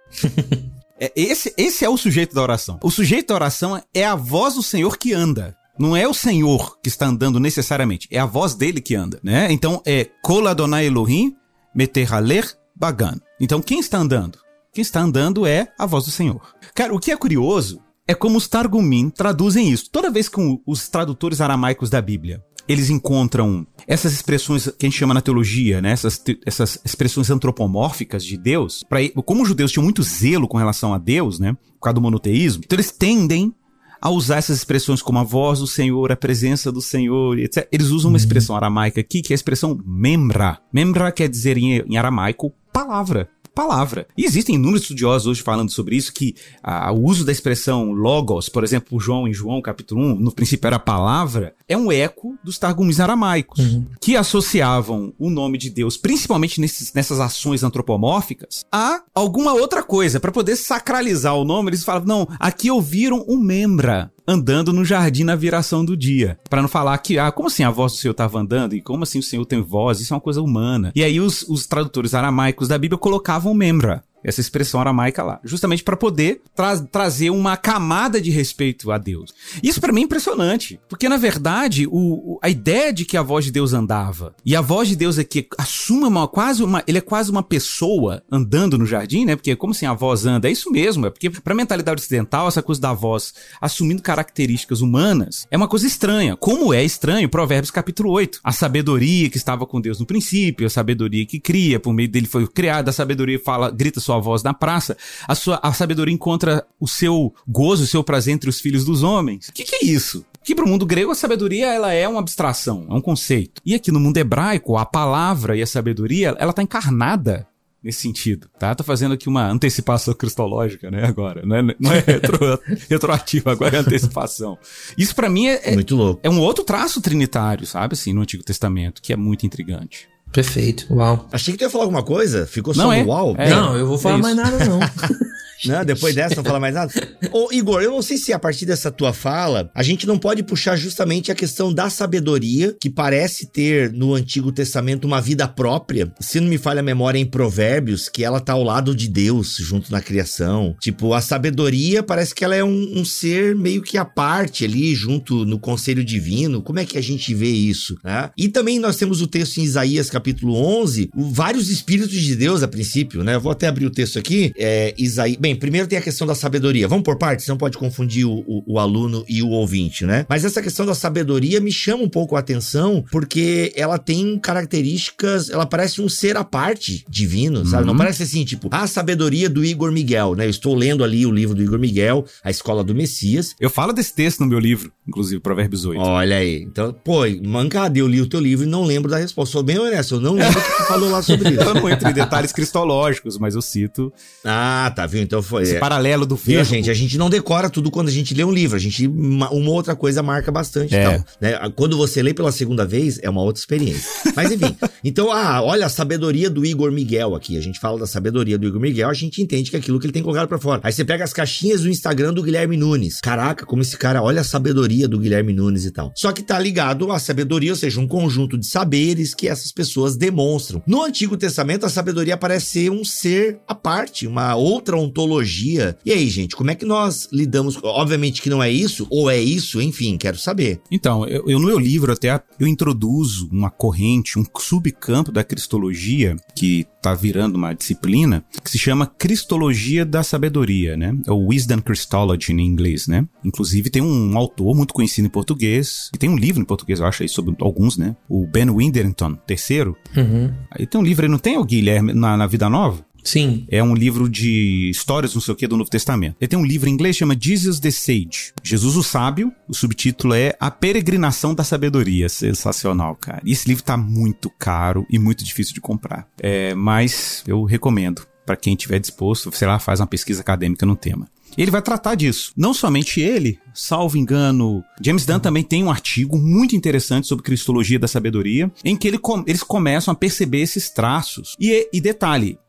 é, esse, esse é o sujeito da oração. O sujeito da oração é a voz do Senhor que anda. Não é o Senhor que está andando necessariamente, é a voz dele que anda, né? Então é Kol Adonai Elohim Meterhaler Bagan. Então quem está andando? Quem está andando é a voz do Senhor. Cara, o que é curioso é como os Targumim traduzem isso. Toda vez que os tradutores aramaicos da Bíblia, eles encontram essas expressões que a gente chama na teologia, né? Essas, essas expressões antropomórficas de Deus, pra, como os judeus tinham muito zelo com relação a Deus, né? Por causa do monoteísmo, então eles tendem a usar essas expressões como a voz do Senhor, a presença do Senhor, etcétera. Eles usam uma expressão aramaica aqui, que é a expressão memra. Memra quer dizer em, em aramaico palavra. Palavra. E existem inúmeros estudiosos hoje falando sobre isso, que ah, o uso da expressão logos, por exemplo, por João em João capítulo um, no princípio era palavra, é um eco dos targumins aramaicos, uhum. que associavam o nome de Deus, principalmente nesses, nessas ações antropomórficas, a alguma outra coisa. Para poder sacralizar o nome, eles falavam, não, aqui ouviram um membra andando no jardim na viração do dia. Pra não falar que, ah, como assim a voz do Senhor estava andando? E como assim o Senhor tem voz? Isso é uma coisa humana. E aí os, os tradutores aramaicos da Bíblia colocavam membra, essa expressão aramaica lá, justamente para poder tra- trazer uma camada de respeito a Deus. Isso para mim é impressionante, porque na verdade o, o, a ideia de que a voz de Deus andava, e a voz de Deus aqui assume uma, quase uma, ele é quase uma pessoa andando no jardim, né? Porque como assim a voz anda? É isso mesmo, é porque pra mentalidade ocidental essa coisa da voz assumindo características humanas é uma coisa estranha, como é estranho Provérbios capítulo oito, a sabedoria que estava com Deus no princípio, a sabedoria que cria, por meio dele foi criada, a sabedoria fala, grita sua voz na praça, a, sua, a sabedoria encontra o seu gozo, o seu prazer entre os filhos dos homens. O que, que é isso? Que para o mundo grego a sabedoria ela é uma abstração, é um conceito. E aqui no mundo hebraico, a palavra e a sabedoria, ela está encarnada nesse sentido, tá? Tô fazendo aqui uma antecipação cristológica, né, agora. Não é, não é retro, retroativa, agora é antecipação. Isso para mim é, é, muito louco. É um outro traço trinitário, sabe, assim, no Antigo Testamento, que é muito intrigante. Perfeito, uau. Achei que tu ia falar alguma coisa, ficou só não no é. uau. É. Não, eu vou falar é mais nada não. Não, depois dessa não falar mais nada. Ô, Igor, eu não sei se a partir dessa tua fala, a gente não pode puxar justamente a questão da sabedoria, que parece ter no Antigo Testamento uma vida própria. Se não me falha a memória, em Provérbios, que ela tá ao lado de Deus, junto na criação. Tipo, a sabedoria parece que ela é um, um ser meio que à parte ali, junto no conselho divino. Como é que a gente vê isso, né? E também nós temos o texto em Isaías, capítulo onze, vários espíritos de Deus a princípio, né? Eu vou até abrir o texto aqui. É, Isaías... Bem, primeiro tem a questão da sabedoria. Vamos por partes, não pode confundir o, o, o aluno e o ouvinte, né? Mas essa questão da sabedoria me chama um pouco a atenção, porque ela tem características, ela parece um ser à parte divino, sabe? Uhum. Não parece assim, tipo, a sabedoria do Igor Miguel, né? Eu estou lendo ali o livro do Igor Miguel, A Escola do Messias. Eu falo desse texto no meu livro, inclusive, Provérbios oito. Olha aí. Então, pô, mancada, eu li o teu livro e não lembro da resposta. Sou bem honesto, eu não lembro o que tu falou lá sobre isso. Eu não entro em detalhes cristológicos, mas eu cito... Ah, tá, viu? Então foi... Esse é. paralelo do Viu, verbo. gente? A gente não decora tudo quando a gente lê um livro. A gente... Uma, uma outra coisa marca bastante. É. Então, né? Quando você lê pela segunda vez, é uma outra experiência. Mas enfim. Então, ah, olha a sabedoria do Igor Miguel aqui. A gente fala da sabedoria do Igor Miguel, a gente entende que é aquilo que ele tem colocado pra fora. Aí você pega as caixinhas do Instagram do Guilherme Nunes. Caraca, como esse cara... Olha a sabedoria do Guilherme Nunes e tal. Só que tá ligado à sabedoria, ou seja, um conjunto de saberes que essas pessoas demonstram. No Antigo Testamento, a sabedoria parece ser um ser à parte, uma outra ontologia. E aí, gente, como é que nós lidamos? Obviamente que não é isso, ou é isso, enfim, quero saber. Então, eu, eu no meu livro até eu introduzo uma corrente, um subcampo da cristologia que tá virando uma disciplina que se chama Cristologia da Sabedoria, né? É o Wisdom Christology em inglês, né? Inclusive tem um autor muito conhecido em português, e tem um livro em português, eu acho aí sobre alguns, né? O Ben Witherington, terceiro. Uhum. Aí tem um livro aí, não tem o Guilherme na, na Vida Nova? Sim. É um livro de histórias, não sei o que, do Novo Testamento. Ele tem um livro em inglês que chama Jesus the Sage. Jesus o Sábio. O subtítulo é A Peregrinação da Sabedoria. Sensacional, cara. E esse livro tá muito caro e muito difícil de comprar. É, mas eu recomendo para quem tiver disposto, sei lá, faz uma pesquisa acadêmica no tema. Ele vai tratar disso. Não somente ele, salvo engano, James Dunn também tem um artigo muito interessante sobre Cristologia da Sabedoria, em que ele com, eles começam a perceber esses traços. E, e detalhe,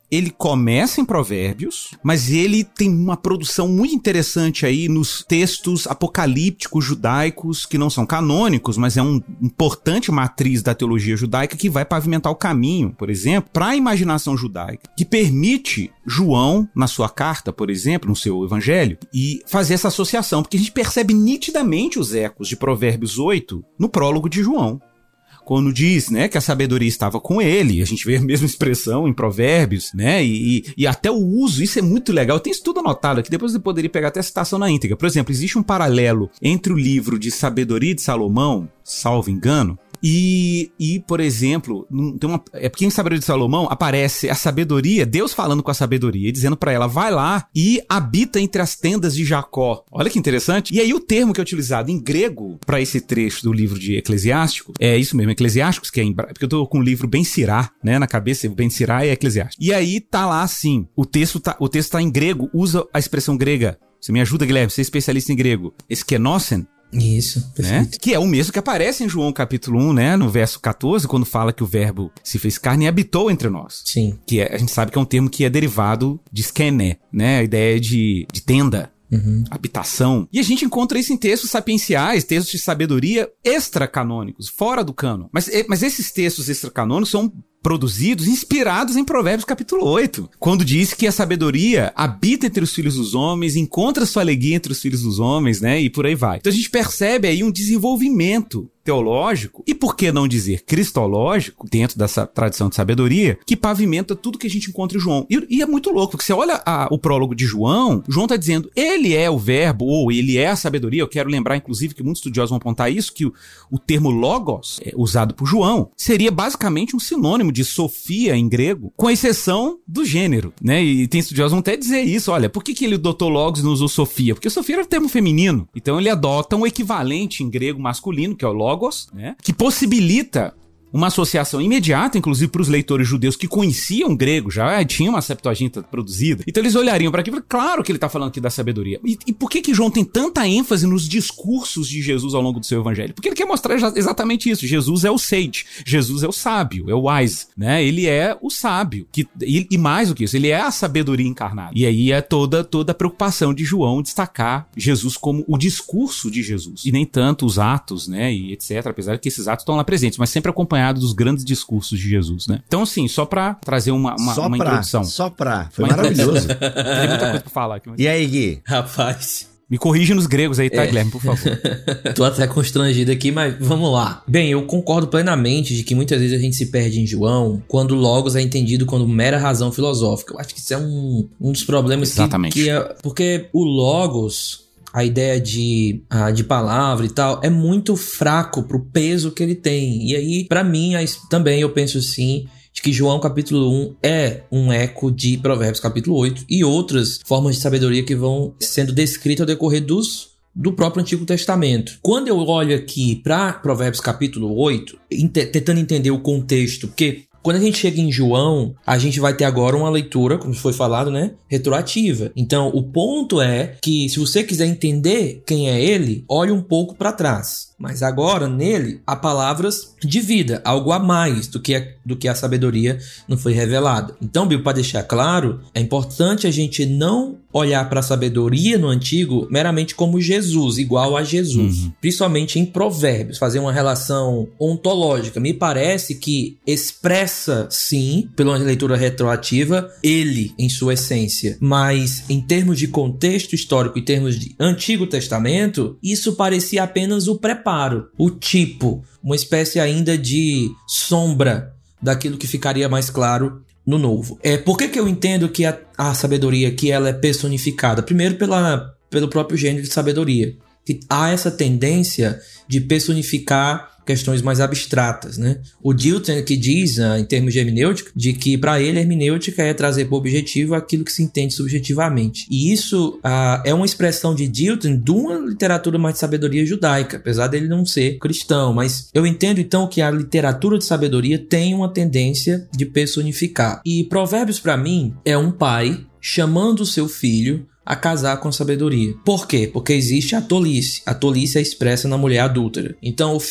ele começa em Provérbios, mas ele tem uma produção muito interessante aí nos textos apocalípticos judaicos que não são canônicos, mas é uma importante matriz da teologia judaica que vai pavimentar o caminho, por exemplo, para a imaginação judaica, que permite João, na sua carta, por exemplo, no seu evangelho, e fazer essa associação, porque a gente percebe nitidamente os ecos de Provérbios oito no prólogo de João. Quando diz, né, que a sabedoria estava com ele, a gente vê a mesma expressão em Provérbios, né, e, e até o uso, isso é muito legal, tem isso tudo anotado aqui, depois você poderia pegar até a citação na íntegra. Por exemplo, existe um paralelo entre o livro de Sabedoria de Salomão, salvo engano, E, e, por exemplo, tem uma, é porque em Sabedoria de Salomão aparece a sabedoria, Deus falando com a sabedoria, dizendo pra ela, vai lá e habita entre as tendas de Jacó. Olha que interessante. E aí o termo que é utilizado em grego pra esse trecho do livro de Eclesiástico, é isso mesmo, Eclesiásticos, que é em, porque eu tô com o livro Ben Sirá, né, na cabeça, Ben Sirá é Eclesiástico. E aí tá lá assim, o texto tá, o texto tá em grego, usa a expressão grega. Você me ajuda, Guilherme, você é especialista em grego. Esquenosen. Isso, perfeito. Né? Que é o mesmo que aparece em João capítulo um, né, no verso catorze, quando fala que o verbo se fez carne e habitou entre nós. Sim. Que é, a gente sabe que é um termo que é derivado de skene, né, a ideia de, de tenda. Uhum. Habitação. E a gente encontra isso em textos sapienciais, textos de sabedoria extracanônicos, fora do cânon. Mas, mas esses textos extracanônicos são produzidos, inspirados em Provérbios capítulo oito, quando diz que a sabedoria habita entre os filhos dos homens, encontra sua alegria entre os filhos dos homens, né, e por aí vai. Então a gente percebe aí um desenvolvimento teológico, e por que não dizer cristológico, dentro dessa tradição de sabedoria, que pavimenta tudo que a gente encontra em João. E, e é muito louco, porque você olha a, o prólogo de João, João está dizendo, ele é o verbo, ou ele é a sabedoria. Eu quero lembrar, inclusive, que muitos estudiosos vão apontar isso, que o, o termo logos, é, usado por João, seria basicamente um sinônimo de sofia em grego, com exceção do gênero, né? E tem estudiosos que vão até dizer isso, olha, por que, que ele adotou logos e não usou sofia? Porque sofia era um termo feminino, então ele adota um equivalente em grego masculino, que é o logos, né? Que possibilita uma associação imediata, inclusive para os leitores judeus que conheciam grego, já tinha uma Septuaginta produzida. Então eles olhariam para aquilo e falaram, claro que ele está falando aqui da sabedoria. E, e por que que João tem tanta ênfase nos discursos de Jesus ao longo do seu evangelho? Porque ele quer mostrar exatamente isso. Jesus é o sage, Jesus é o sábio, é o wise, né? Ele é o sábio. Que, e, e mais do que isso, ele é a sabedoria encarnada. E aí é toda, toda a preocupação de João destacar Jesus como o discurso de Jesus. E nem tanto os atos, né? E etcétera. Apesar de que esses atos estão lá presentes, mas sempre acompanhados dos grandes discursos de Jesus, né? Então, assim, só pra trazer uma, uma, só uma pra, introdução. Só pra. Foi maravilhoso. Tem muita coisa pra falar aqui. Mas... E aí, Gui? Rapaz... Me corrija nos gregos aí, tá, é. Guilherme, por favor. Tô até constrangido aqui, mas vamos lá. Bem, eu concordo plenamente de que muitas vezes a gente se perde em João quando logos é entendido como mera razão filosófica. Eu acho que isso é um, um dos problemas. Exatamente. Que, que é, porque o logos... A ideia de, ah, de palavra e tal é muito fraco pro peso que ele tem. E aí, pra mim, também eu penso assim, de que João capítulo um é um eco de Provérbios capítulo oito e outras formas de sabedoria que vão sendo descritas ao decorrer dos, do próprio Antigo Testamento. Quando eu olho aqui para Provérbios capítulo oito, ent- tentando entender o contexto, porque... Quando a gente chega em João, a gente vai ter agora uma leitura, como foi falado, né? Retroativa. Então, o ponto é que se você quiser entender quem é ele, olhe um pouco para trás. Mas agora, nele, há palavras de vida, algo a mais do que a, do que a sabedoria não foi revelada. Então, Bill, para deixar claro, é importante a gente não olhar para a sabedoria no Antigo meramente como Jesus, igual a Jesus. Uhum. Principalmente em Provérbios, fazer uma relação ontológica. Me parece que expressa, sim, pela leitura retroativa, ele em sua essência. Mas, em termos de contexto histórico, em termos de Antigo Testamento, isso parecia apenas o preparo. O tipo, uma espécie ainda de sombra daquilo que ficaria mais claro no Novo. É, por que que eu entendo que a, a sabedoria que ela é personificada? Primeiro pela, pelo próprio gênero de sabedoria. Que há essa tendência de personificar questões mais abstratas, né? O Dilthey que diz, uh, em termos de hermenêutica, de que para ele a hermenêutica é trazer para o objetivo aquilo que se entende subjetivamente. E isso uh, é uma expressão de Dilthey de uma literatura mais de sabedoria judaica, apesar dele não ser cristão. Mas eu entendo então que a literatura de sabedoria tem uma tendência de personificar. E Provérbios para mim é um pai chamando o seu filho a casar com a sabedoria. Por quê? Porque existe a tolice. A tolice é expressa na mulher adúltera. Então o filho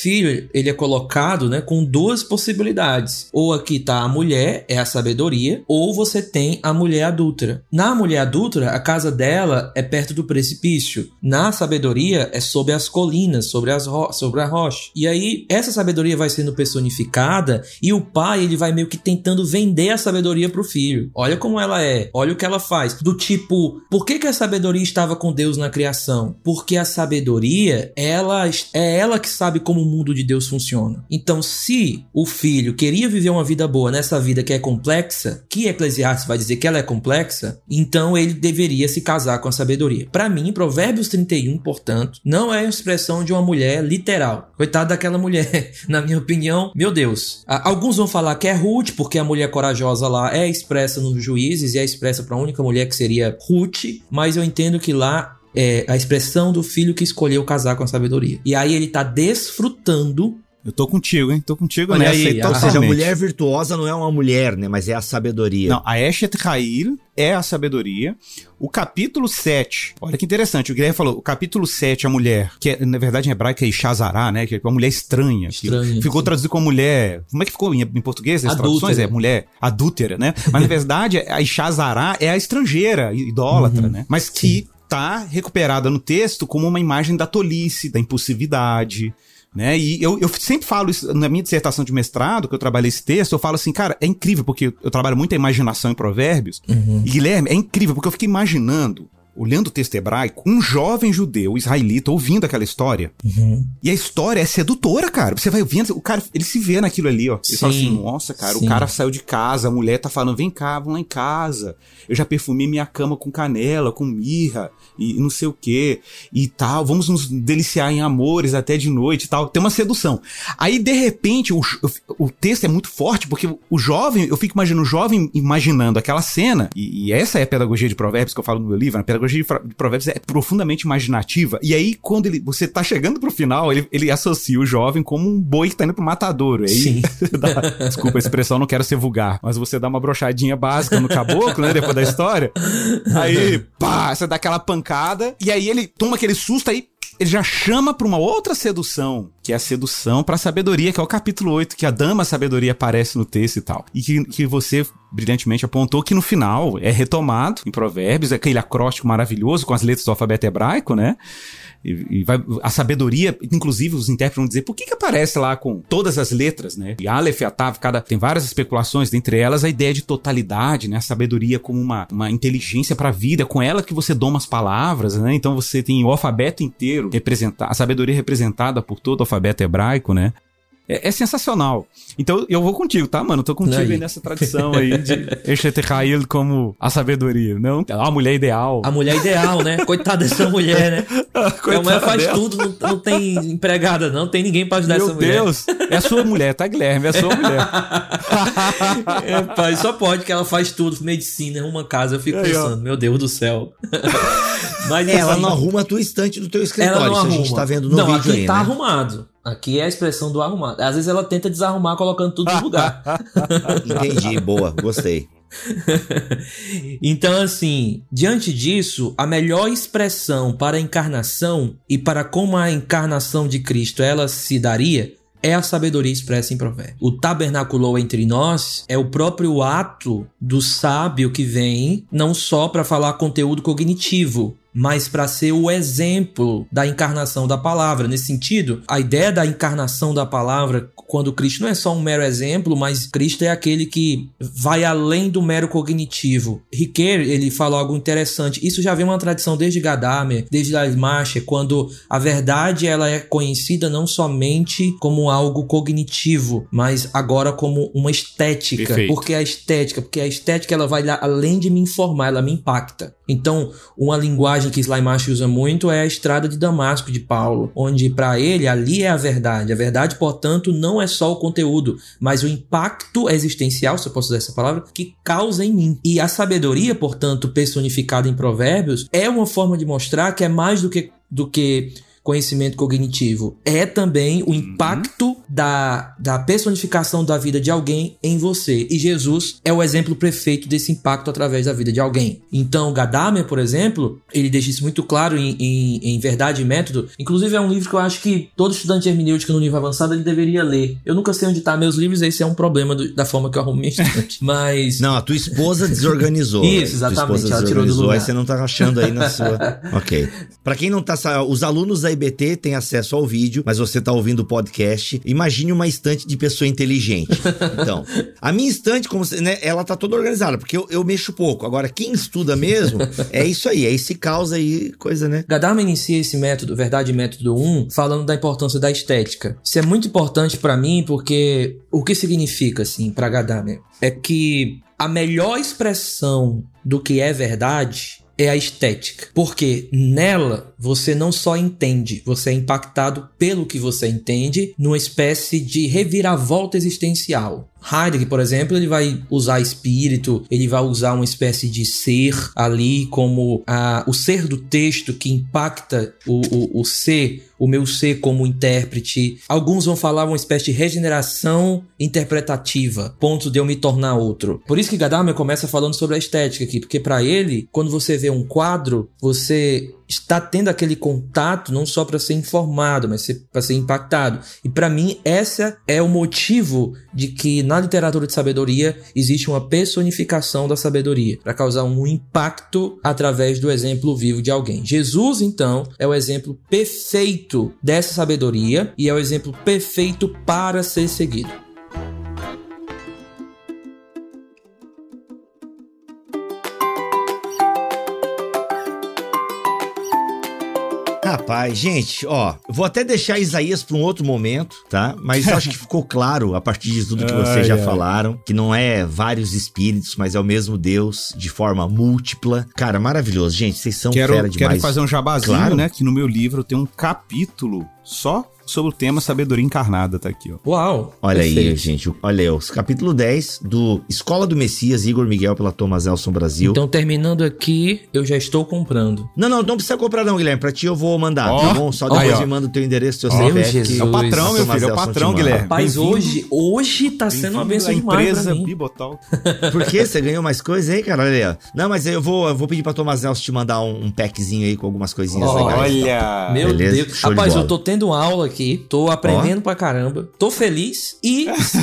filho, ele é colocado, né, com duas possibilidades. Ou aqui tá a mulher, é a sabedoria, ou você tem a mulher adúltera. Na mulher adúltera, a casa dela é perto do precipício. Na sabedoria, é sobre as colinas, sobre, as ro- sobre a rocha. E aí, essa sabedoria vai sendo personificada e o pai, ele vai meio que tentando vender a sabedoria pro filho. Olha como ela é, olha o que ela faz. Do tipo, por que que a sabedoria estava com Deus na criação? Porque a sabedoria, ela é ela que sabe como o mundo de Deus funciona. Então, se o filho queria viver uma vida boa nessa vida que é complexa, que Eclesiastes vai dizer que ela é complexa, então ele deveria se casar com a sabedoria. Para mim, Provérbios trinta e um, portanto, não é a expressão de uma mulher literal. Coitada daquela mulher, na minha opinião, meu Deus. Alguns vão falar que é Ruth, porque a mulher corajosa lá é expressa nos Juízes e é expressa para a única mulher que seria Ruth, mas eu entendo que lá é a expressão do filho que escolheu casar com a sabedoria. E aí ele tá desfrutando. Eu tô contigo, hein? Tô contigo Olha nessa. aí, ou seja, a mulher virtuosa não é uma mulher, né? Mas é a sabedoria. Não, a Eshet Ha'il é a sabedoria. O capítulo sete, olha que interessante, o Guilherme falou, o capítulo sete, a mulher, que é, na verdade em hebraico é Ishazará, né? Que é uma mulher estranha. Estranha, ficou sim. traduzido como mulher. Como é que ficou em, em português? As Adúltera. traduções é mulher adúltera, né? Mas na verdade, a Ishazará é a estrangeira, idólatra, uhum. né? Mas que sim. tá recuperada no texto como uma imagem da tolice, da impulsividade. Né? E eu, eu sempre falo isso na minha dissertação de mestrado, que eu trabalhei esse texto, eu falo assim, cara, é incrível, porque eu trabalho muito a imaginação em Provérbios, uhum. e Guilherme, é incrível, porque eu fiquei imaginando, olhando o texto hebraico, um jovem judeu israelita ouvindo aquela história. Uhum. E a história é sedutora, cara. Você vai vendo, o cara, ele se vê naquilo ali, ó. Ele Sim. fala assim, nossa, cara, Sim. o cara saiu de casa, a mulher tá falando, vem cá, vamos lá em casa. Eu já perfumei minha cama com canela, com mirra, e não sei o quê, e tal. Vamos nos deliciar em amores até de noite e tal. Tem uma sedução. Aí, de repente, o, o texto é muito forte, porque o jovem, eu fico imaginando o jovem imaginando aquela cena, e, e essa é a pedagogia de Provérbios que eu falo no meu livro, a pedagogia de Provérbios é profundamente imaginativa, e aí quando ele, você tá chegando pro final, ele, ele associa o jovem como um boi que tá indo pro matadouro. Aí, Sim. dá, desculpa a expressão, não quero ser vulgar, mas você dá uma brochadinha básica no caboclo, né, depois da história, aí pá, você dá aquela pancada, e aí ele toma aquele susto, aí ele já chama pra uma outra sedução, que é a sedução pra sabedoria, que é o capítulo oito, que a dama sabedoria aparece no texto e tal. E que, que você brilhantemente apontou que no final é retomado em Provérbios, aquele acróstico maravilhoso com as letras do alfabeto hebraico, né? E, e vai, a sabedoria, inclusive os intérpretes vão dizer, por que que aparece lá com todas as letras, né? E Aleph, Atav, cada, tem várias especulações, dentre elas a ideia de totalidade, né? A sabedoria como uma, uma inteligência para a vida, com ela que você doma as palavras, né? Então você tem o alfabeto inteiro representado, a sabedoria representada por todo o alfabeto hebraico, né? É, é sensacional. Então eu vou contigo, tá, mano? Tô contigo aí, aí nessa tradição aí de Eshet Ha'il como a sabedoria. Não, a mulher ideal. A mulher ideal, né? Coitada dessa mulher, né? A mulher faz dela. tudo, não, não tem empregada, não tem ninguém pra ajudar Meu essa mulher. Meu Deus, é a sua mulher, tá, Guilherme? É a sua mulher. É, pai, só pode que ela faz tudo, medicina, arruma casa. Eu fico aí, pensando, ó. Meu Deus do céu. Mas, é, ela assim, não arruma a tua estante do teu escritório, ela não isso arruma. a gente tá vendo no não, vídeo aqui aí, tá né? arrumado. Aqui é a expressão do arrumado. Às vezes ela tenta desarrumar colocando tudo no lugar. Entendi, boa, gostei. Então, assim, diante disso, a melhor expressão para a encarnação e para como a encarnação de Cristo ela se daria é a sabedoria expressa em Provérbios. O tabernaculou entre nós é o próprio ato do sábio que vem não só para falar conteúdo cognitivo, mas para ser o exemplo da encarnação da palavra. Nesse sentido, a ideia da encarnação da palavra, quando Cristo não é só um mero exemplo, mas Cristo é aquele que vai além do mero cognitivo. Ricoeur, ele fala algo interessante. Isso já vem uma tradição desde Gadamer, desde Leibniz, quando a verdade ela é conhecida não somente como algo cognitivo, mas agora como uma estética. Perfeito. Porque a estética, porque a estética ela vai além de me informar, ela me impacta. Então, uma linguagem que Slaimash usa muito é a Estrada de Damasco de Paulo, onde para ele ali é a verdade. A verdade, portanto, não é só o conteúdo, mas o impacto existencial, se eu posso usar essa palavra, que causa em mim. E a sabedoria, portanto, personificada em Provérbios, é uma forma de mostrar que é mais do que, do que conhecimento cognitivo. É também o impacto da, da personificação da vida de alguém em você. E Jesus é o exemplo perfeito desse impacto através da vida de alguém. Então, Gadamer, por exemplo, ele deixa isso muito claro em, em, em Verdade e Método. Inclusive, é um livro que eu acho que todo estudante de hermenêutica no nível avançado ele deveria ler. Eu nunca sei onde tá meus livros, esse é um problema do, da forma que eu arrumo minha estudante. Mas... Não, a tua esposa desorganizou. Isso, exatamente, ela tirou do lugar. Aí você não tá achando aí na sua... Ok. Pra quem não tá... Os alunos da I B T têm acesso ao vídeo, mas você tá ouvindo o podcast. Imagine uma estante de pessoa inteligente. Então, a minha estante, como você, né, ela tá toda organizada, porque eu, eu mexo pouco. Agora, quem estuda mesmo, é isso aí, é esse caos aí, coisa, né? Gadamer inicia esse método, Verdade Método um, falando da importância da estética. Isso é muito importante pra mim, porque o que significa, assim, pra Gadamer? É que a melhor expressão do que é verdade é a estética. Porque nela você não só entende, você é impactado pelo que você entende numa espécie de reviravolta existencial. Heidegger, por exemplo, ele vai usar espírito, ele vai usar uma espécie de ser ali como a, o ser do texto que impacta o, o, o ser, o meu ser como intérprete. Alguns vão falar uma espécie de regeneração interpretativa, ponto de eu me tornar outro. Por isso que Gadamer começa falando sobre a estética aqui, porque para ele, quando você vê um quadro, você está tendo aquele contato não só para ser informado, mas para ser impactado. E para mim, esse é o motivo de que na literatura de sabedoria existe uma personificação da sabedoria, para causar um impacto através do exemplo vivo de alguém. Jesus, então, é o exemplo perfeito dessa sabedoria e é o exemplo perfeito para ser seguido. Rapaz, gente, ó, vou até deixar Isaías para um outro momento, tá? Mas acho que ficou claro, a partir de tudo que vocês já falaram, que não é vários espíritos, mas é o mesmo Deus, de forma múltipla. Cara, maravilhoso. Gente, vocês são quero, fera demais. Quero fazer um jabazinho, claro, né? Que no meu livro tem um capítulo só sobre o tema sabedoria encarnada, tá aqui, ó. Uau! Olha perfeito. aí, gente. Olha aí, o capítulo dez do Escola do Messias, Igor Miguel, pela Thomas Nelson Brasil. Então, terminando aqui, eu já estou comprando. Não, não, não precisa comprar não, Guilherme. Pra ti eu vou mandar, oh, tá bom? Só depois aí, me manda o teu endereço, teu oh, C P F. Jesus. Que... É o patrão, meu Thomas filho, é o Nelson patrão, Guilherme. Rapaz, hoje, hoje tá sendo uma benção demais pra mim. Bibotalk. Por quê? Você ganhou mais coisa aí, cara? Olha aí, ó. Não, mas eu vou, eu vou pedir pra Thomas Nelson te mandar um, um packzinho aí com algumas coisinhas oh, legais. Olha! Meu beleza? Deus. Show Rapaz, de eu tô tendo aula aqui, tô aprendendo oh. pra caramba, tô feliz e,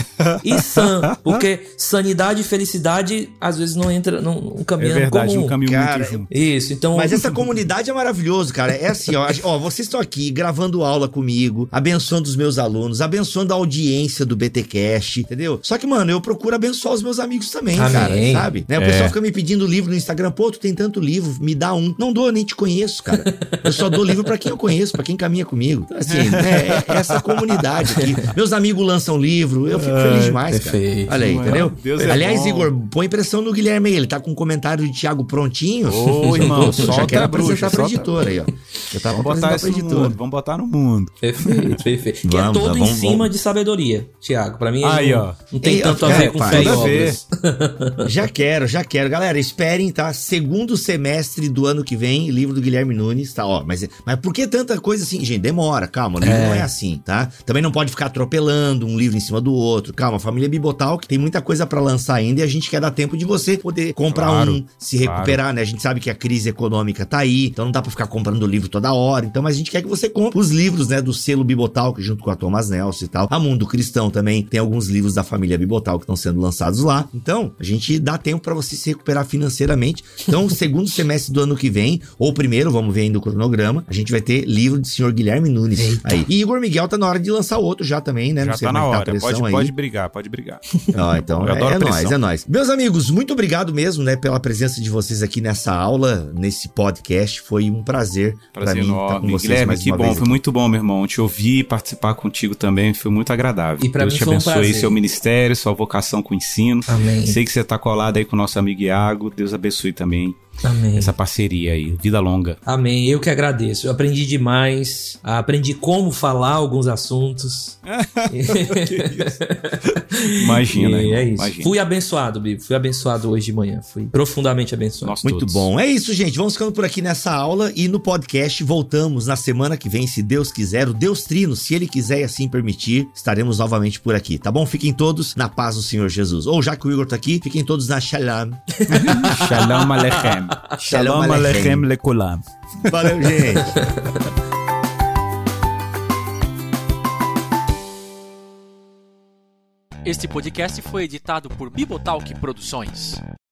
e sã, porque sanidade e felicidade às vezes não entra num, num caminho é verdade, comum. um caminho cara, muito junto. Isso, então... Mas essa comunidade é maravilhoso, cara. É assim, ó, ó, vocês estão aqui gravando aula comigo, abençoando os meus alunos, abençoando a audiência do B T Cast, entendeu? Só que, mano, eu procuro abençoar os meus amigos também, Amém. cara, sabe? Né? O É. pessoal fica me pedindo livro no Instagram, pô, tu tem tanto livro, me dá um. Não dou, nem te conheço, cara. Eu só dou livro pra quem eu conheço, pra quem caminha comigo. Então, assim, né, é essa comunidade aqui. Meus amigos lançam livro, eu fico feliz demais, perfeito. cara. Olha aí, entendeu? Deus é Aliás, bom. Igor, põe pressão no Guilherme aí, ele tá com um comentário de Thiago prontinho. Ô, irmão, Eu solta já quero a bruxa, apresentar pra solta. editora aí, ó. Eu tava Vamos botar isso pra no editora. mundo, vamos botar no mundo. Perfeito, perfeito. Que é Vamos, todo vamos, em cima vamos. de sabedoria, Tiago. Pra mim, Aí, não, ó. não tem Ei, tanto a cara, ver com pai, fé e tudo a ver. obras. Já quero, já quero. Galera, esperem, tá? Segundo semestre do ano que vem, livro do Guilherme Nunes, tá? Ó, mas, mas por que tanta coisa assim? Gente, demora, calma, o livro É. não é assim, tá? Também não pode ficar atropelando um livro em cima do outro. Calma, família Bibotalk tem muita coisa pra lançar ainda e a gente quer dar tempo de você poder comprar Claro, um, se recuperar, né? A gente sabe que a crise econômica tá aí, então não dá pra ficar comprando livro toda hora. Então, mas a gente quer que você compre os livros, né, do selo Bibotalk, junto com a Thomas Nelson e tal. A Mundo Cristão também tem alguns livros da família Bibotalk que estão sendo lançados lá. Então, a gente dá tempo pra você se recuperar financeiramente. Então, segundo semestre do ano que vem, ou primeiro, vamos ver ainda o cronograma, a gente vai ter livro do senhor Guilherme Nunes. Eita. Aí. E Igor Miguel tá na hora de lançar outro já também, né? Já Não sei tá como na é que hora, tá a pressão pode, aí. pode brigar, pode brigar. Ó, então, Eu é, adoro é pressão. nóis, é nóis. Meus amigos, muito obrigado mesmo, né, pela presença de vocês aqui nessa aula, nesse podcast. Foi um prazer, Prazer pra mim enorme. estar com vocês Guilherme, mais que uma bom, vez foi aqui. muito bom, meu irmão. Te ouvir, participar contigo também, foi muito agradável. E pra Deus mim te foi um abençoe, prazer. seu ministério, sua vocação com o ensino. Amém. Sei que você tá colado aí com o nosso amigo Iago. Deus abençoe também. Amém. essa parceria aí. Vida longa. Amém. Eu que agradeço. Eu aprendi demais. Aprendi como falar alguns assuntos. Imagina. E é isso. Imagina. Fui abençoado, Bibo. Fui abençoado hoje de manhã. Fui profundamente abençoado. Nós Muito todos. bom. É isso, gente. Vamos ficando por aqui nessa aula e no podcast voltamos na semana que vem, se Deus quiser. O Deus Trino, se Ele quiser e assim permitir, estaremos novamente por aqui, tá bom? Fiquem todos na paz do Senhor Jesus. Ou já que o Igor tá aqui, fiquem todos na Shalom. Shalom Alechem. Shalom Alechem Lekulam. Valeu, gente. Este podcast foi editado por Bibotalk Produções.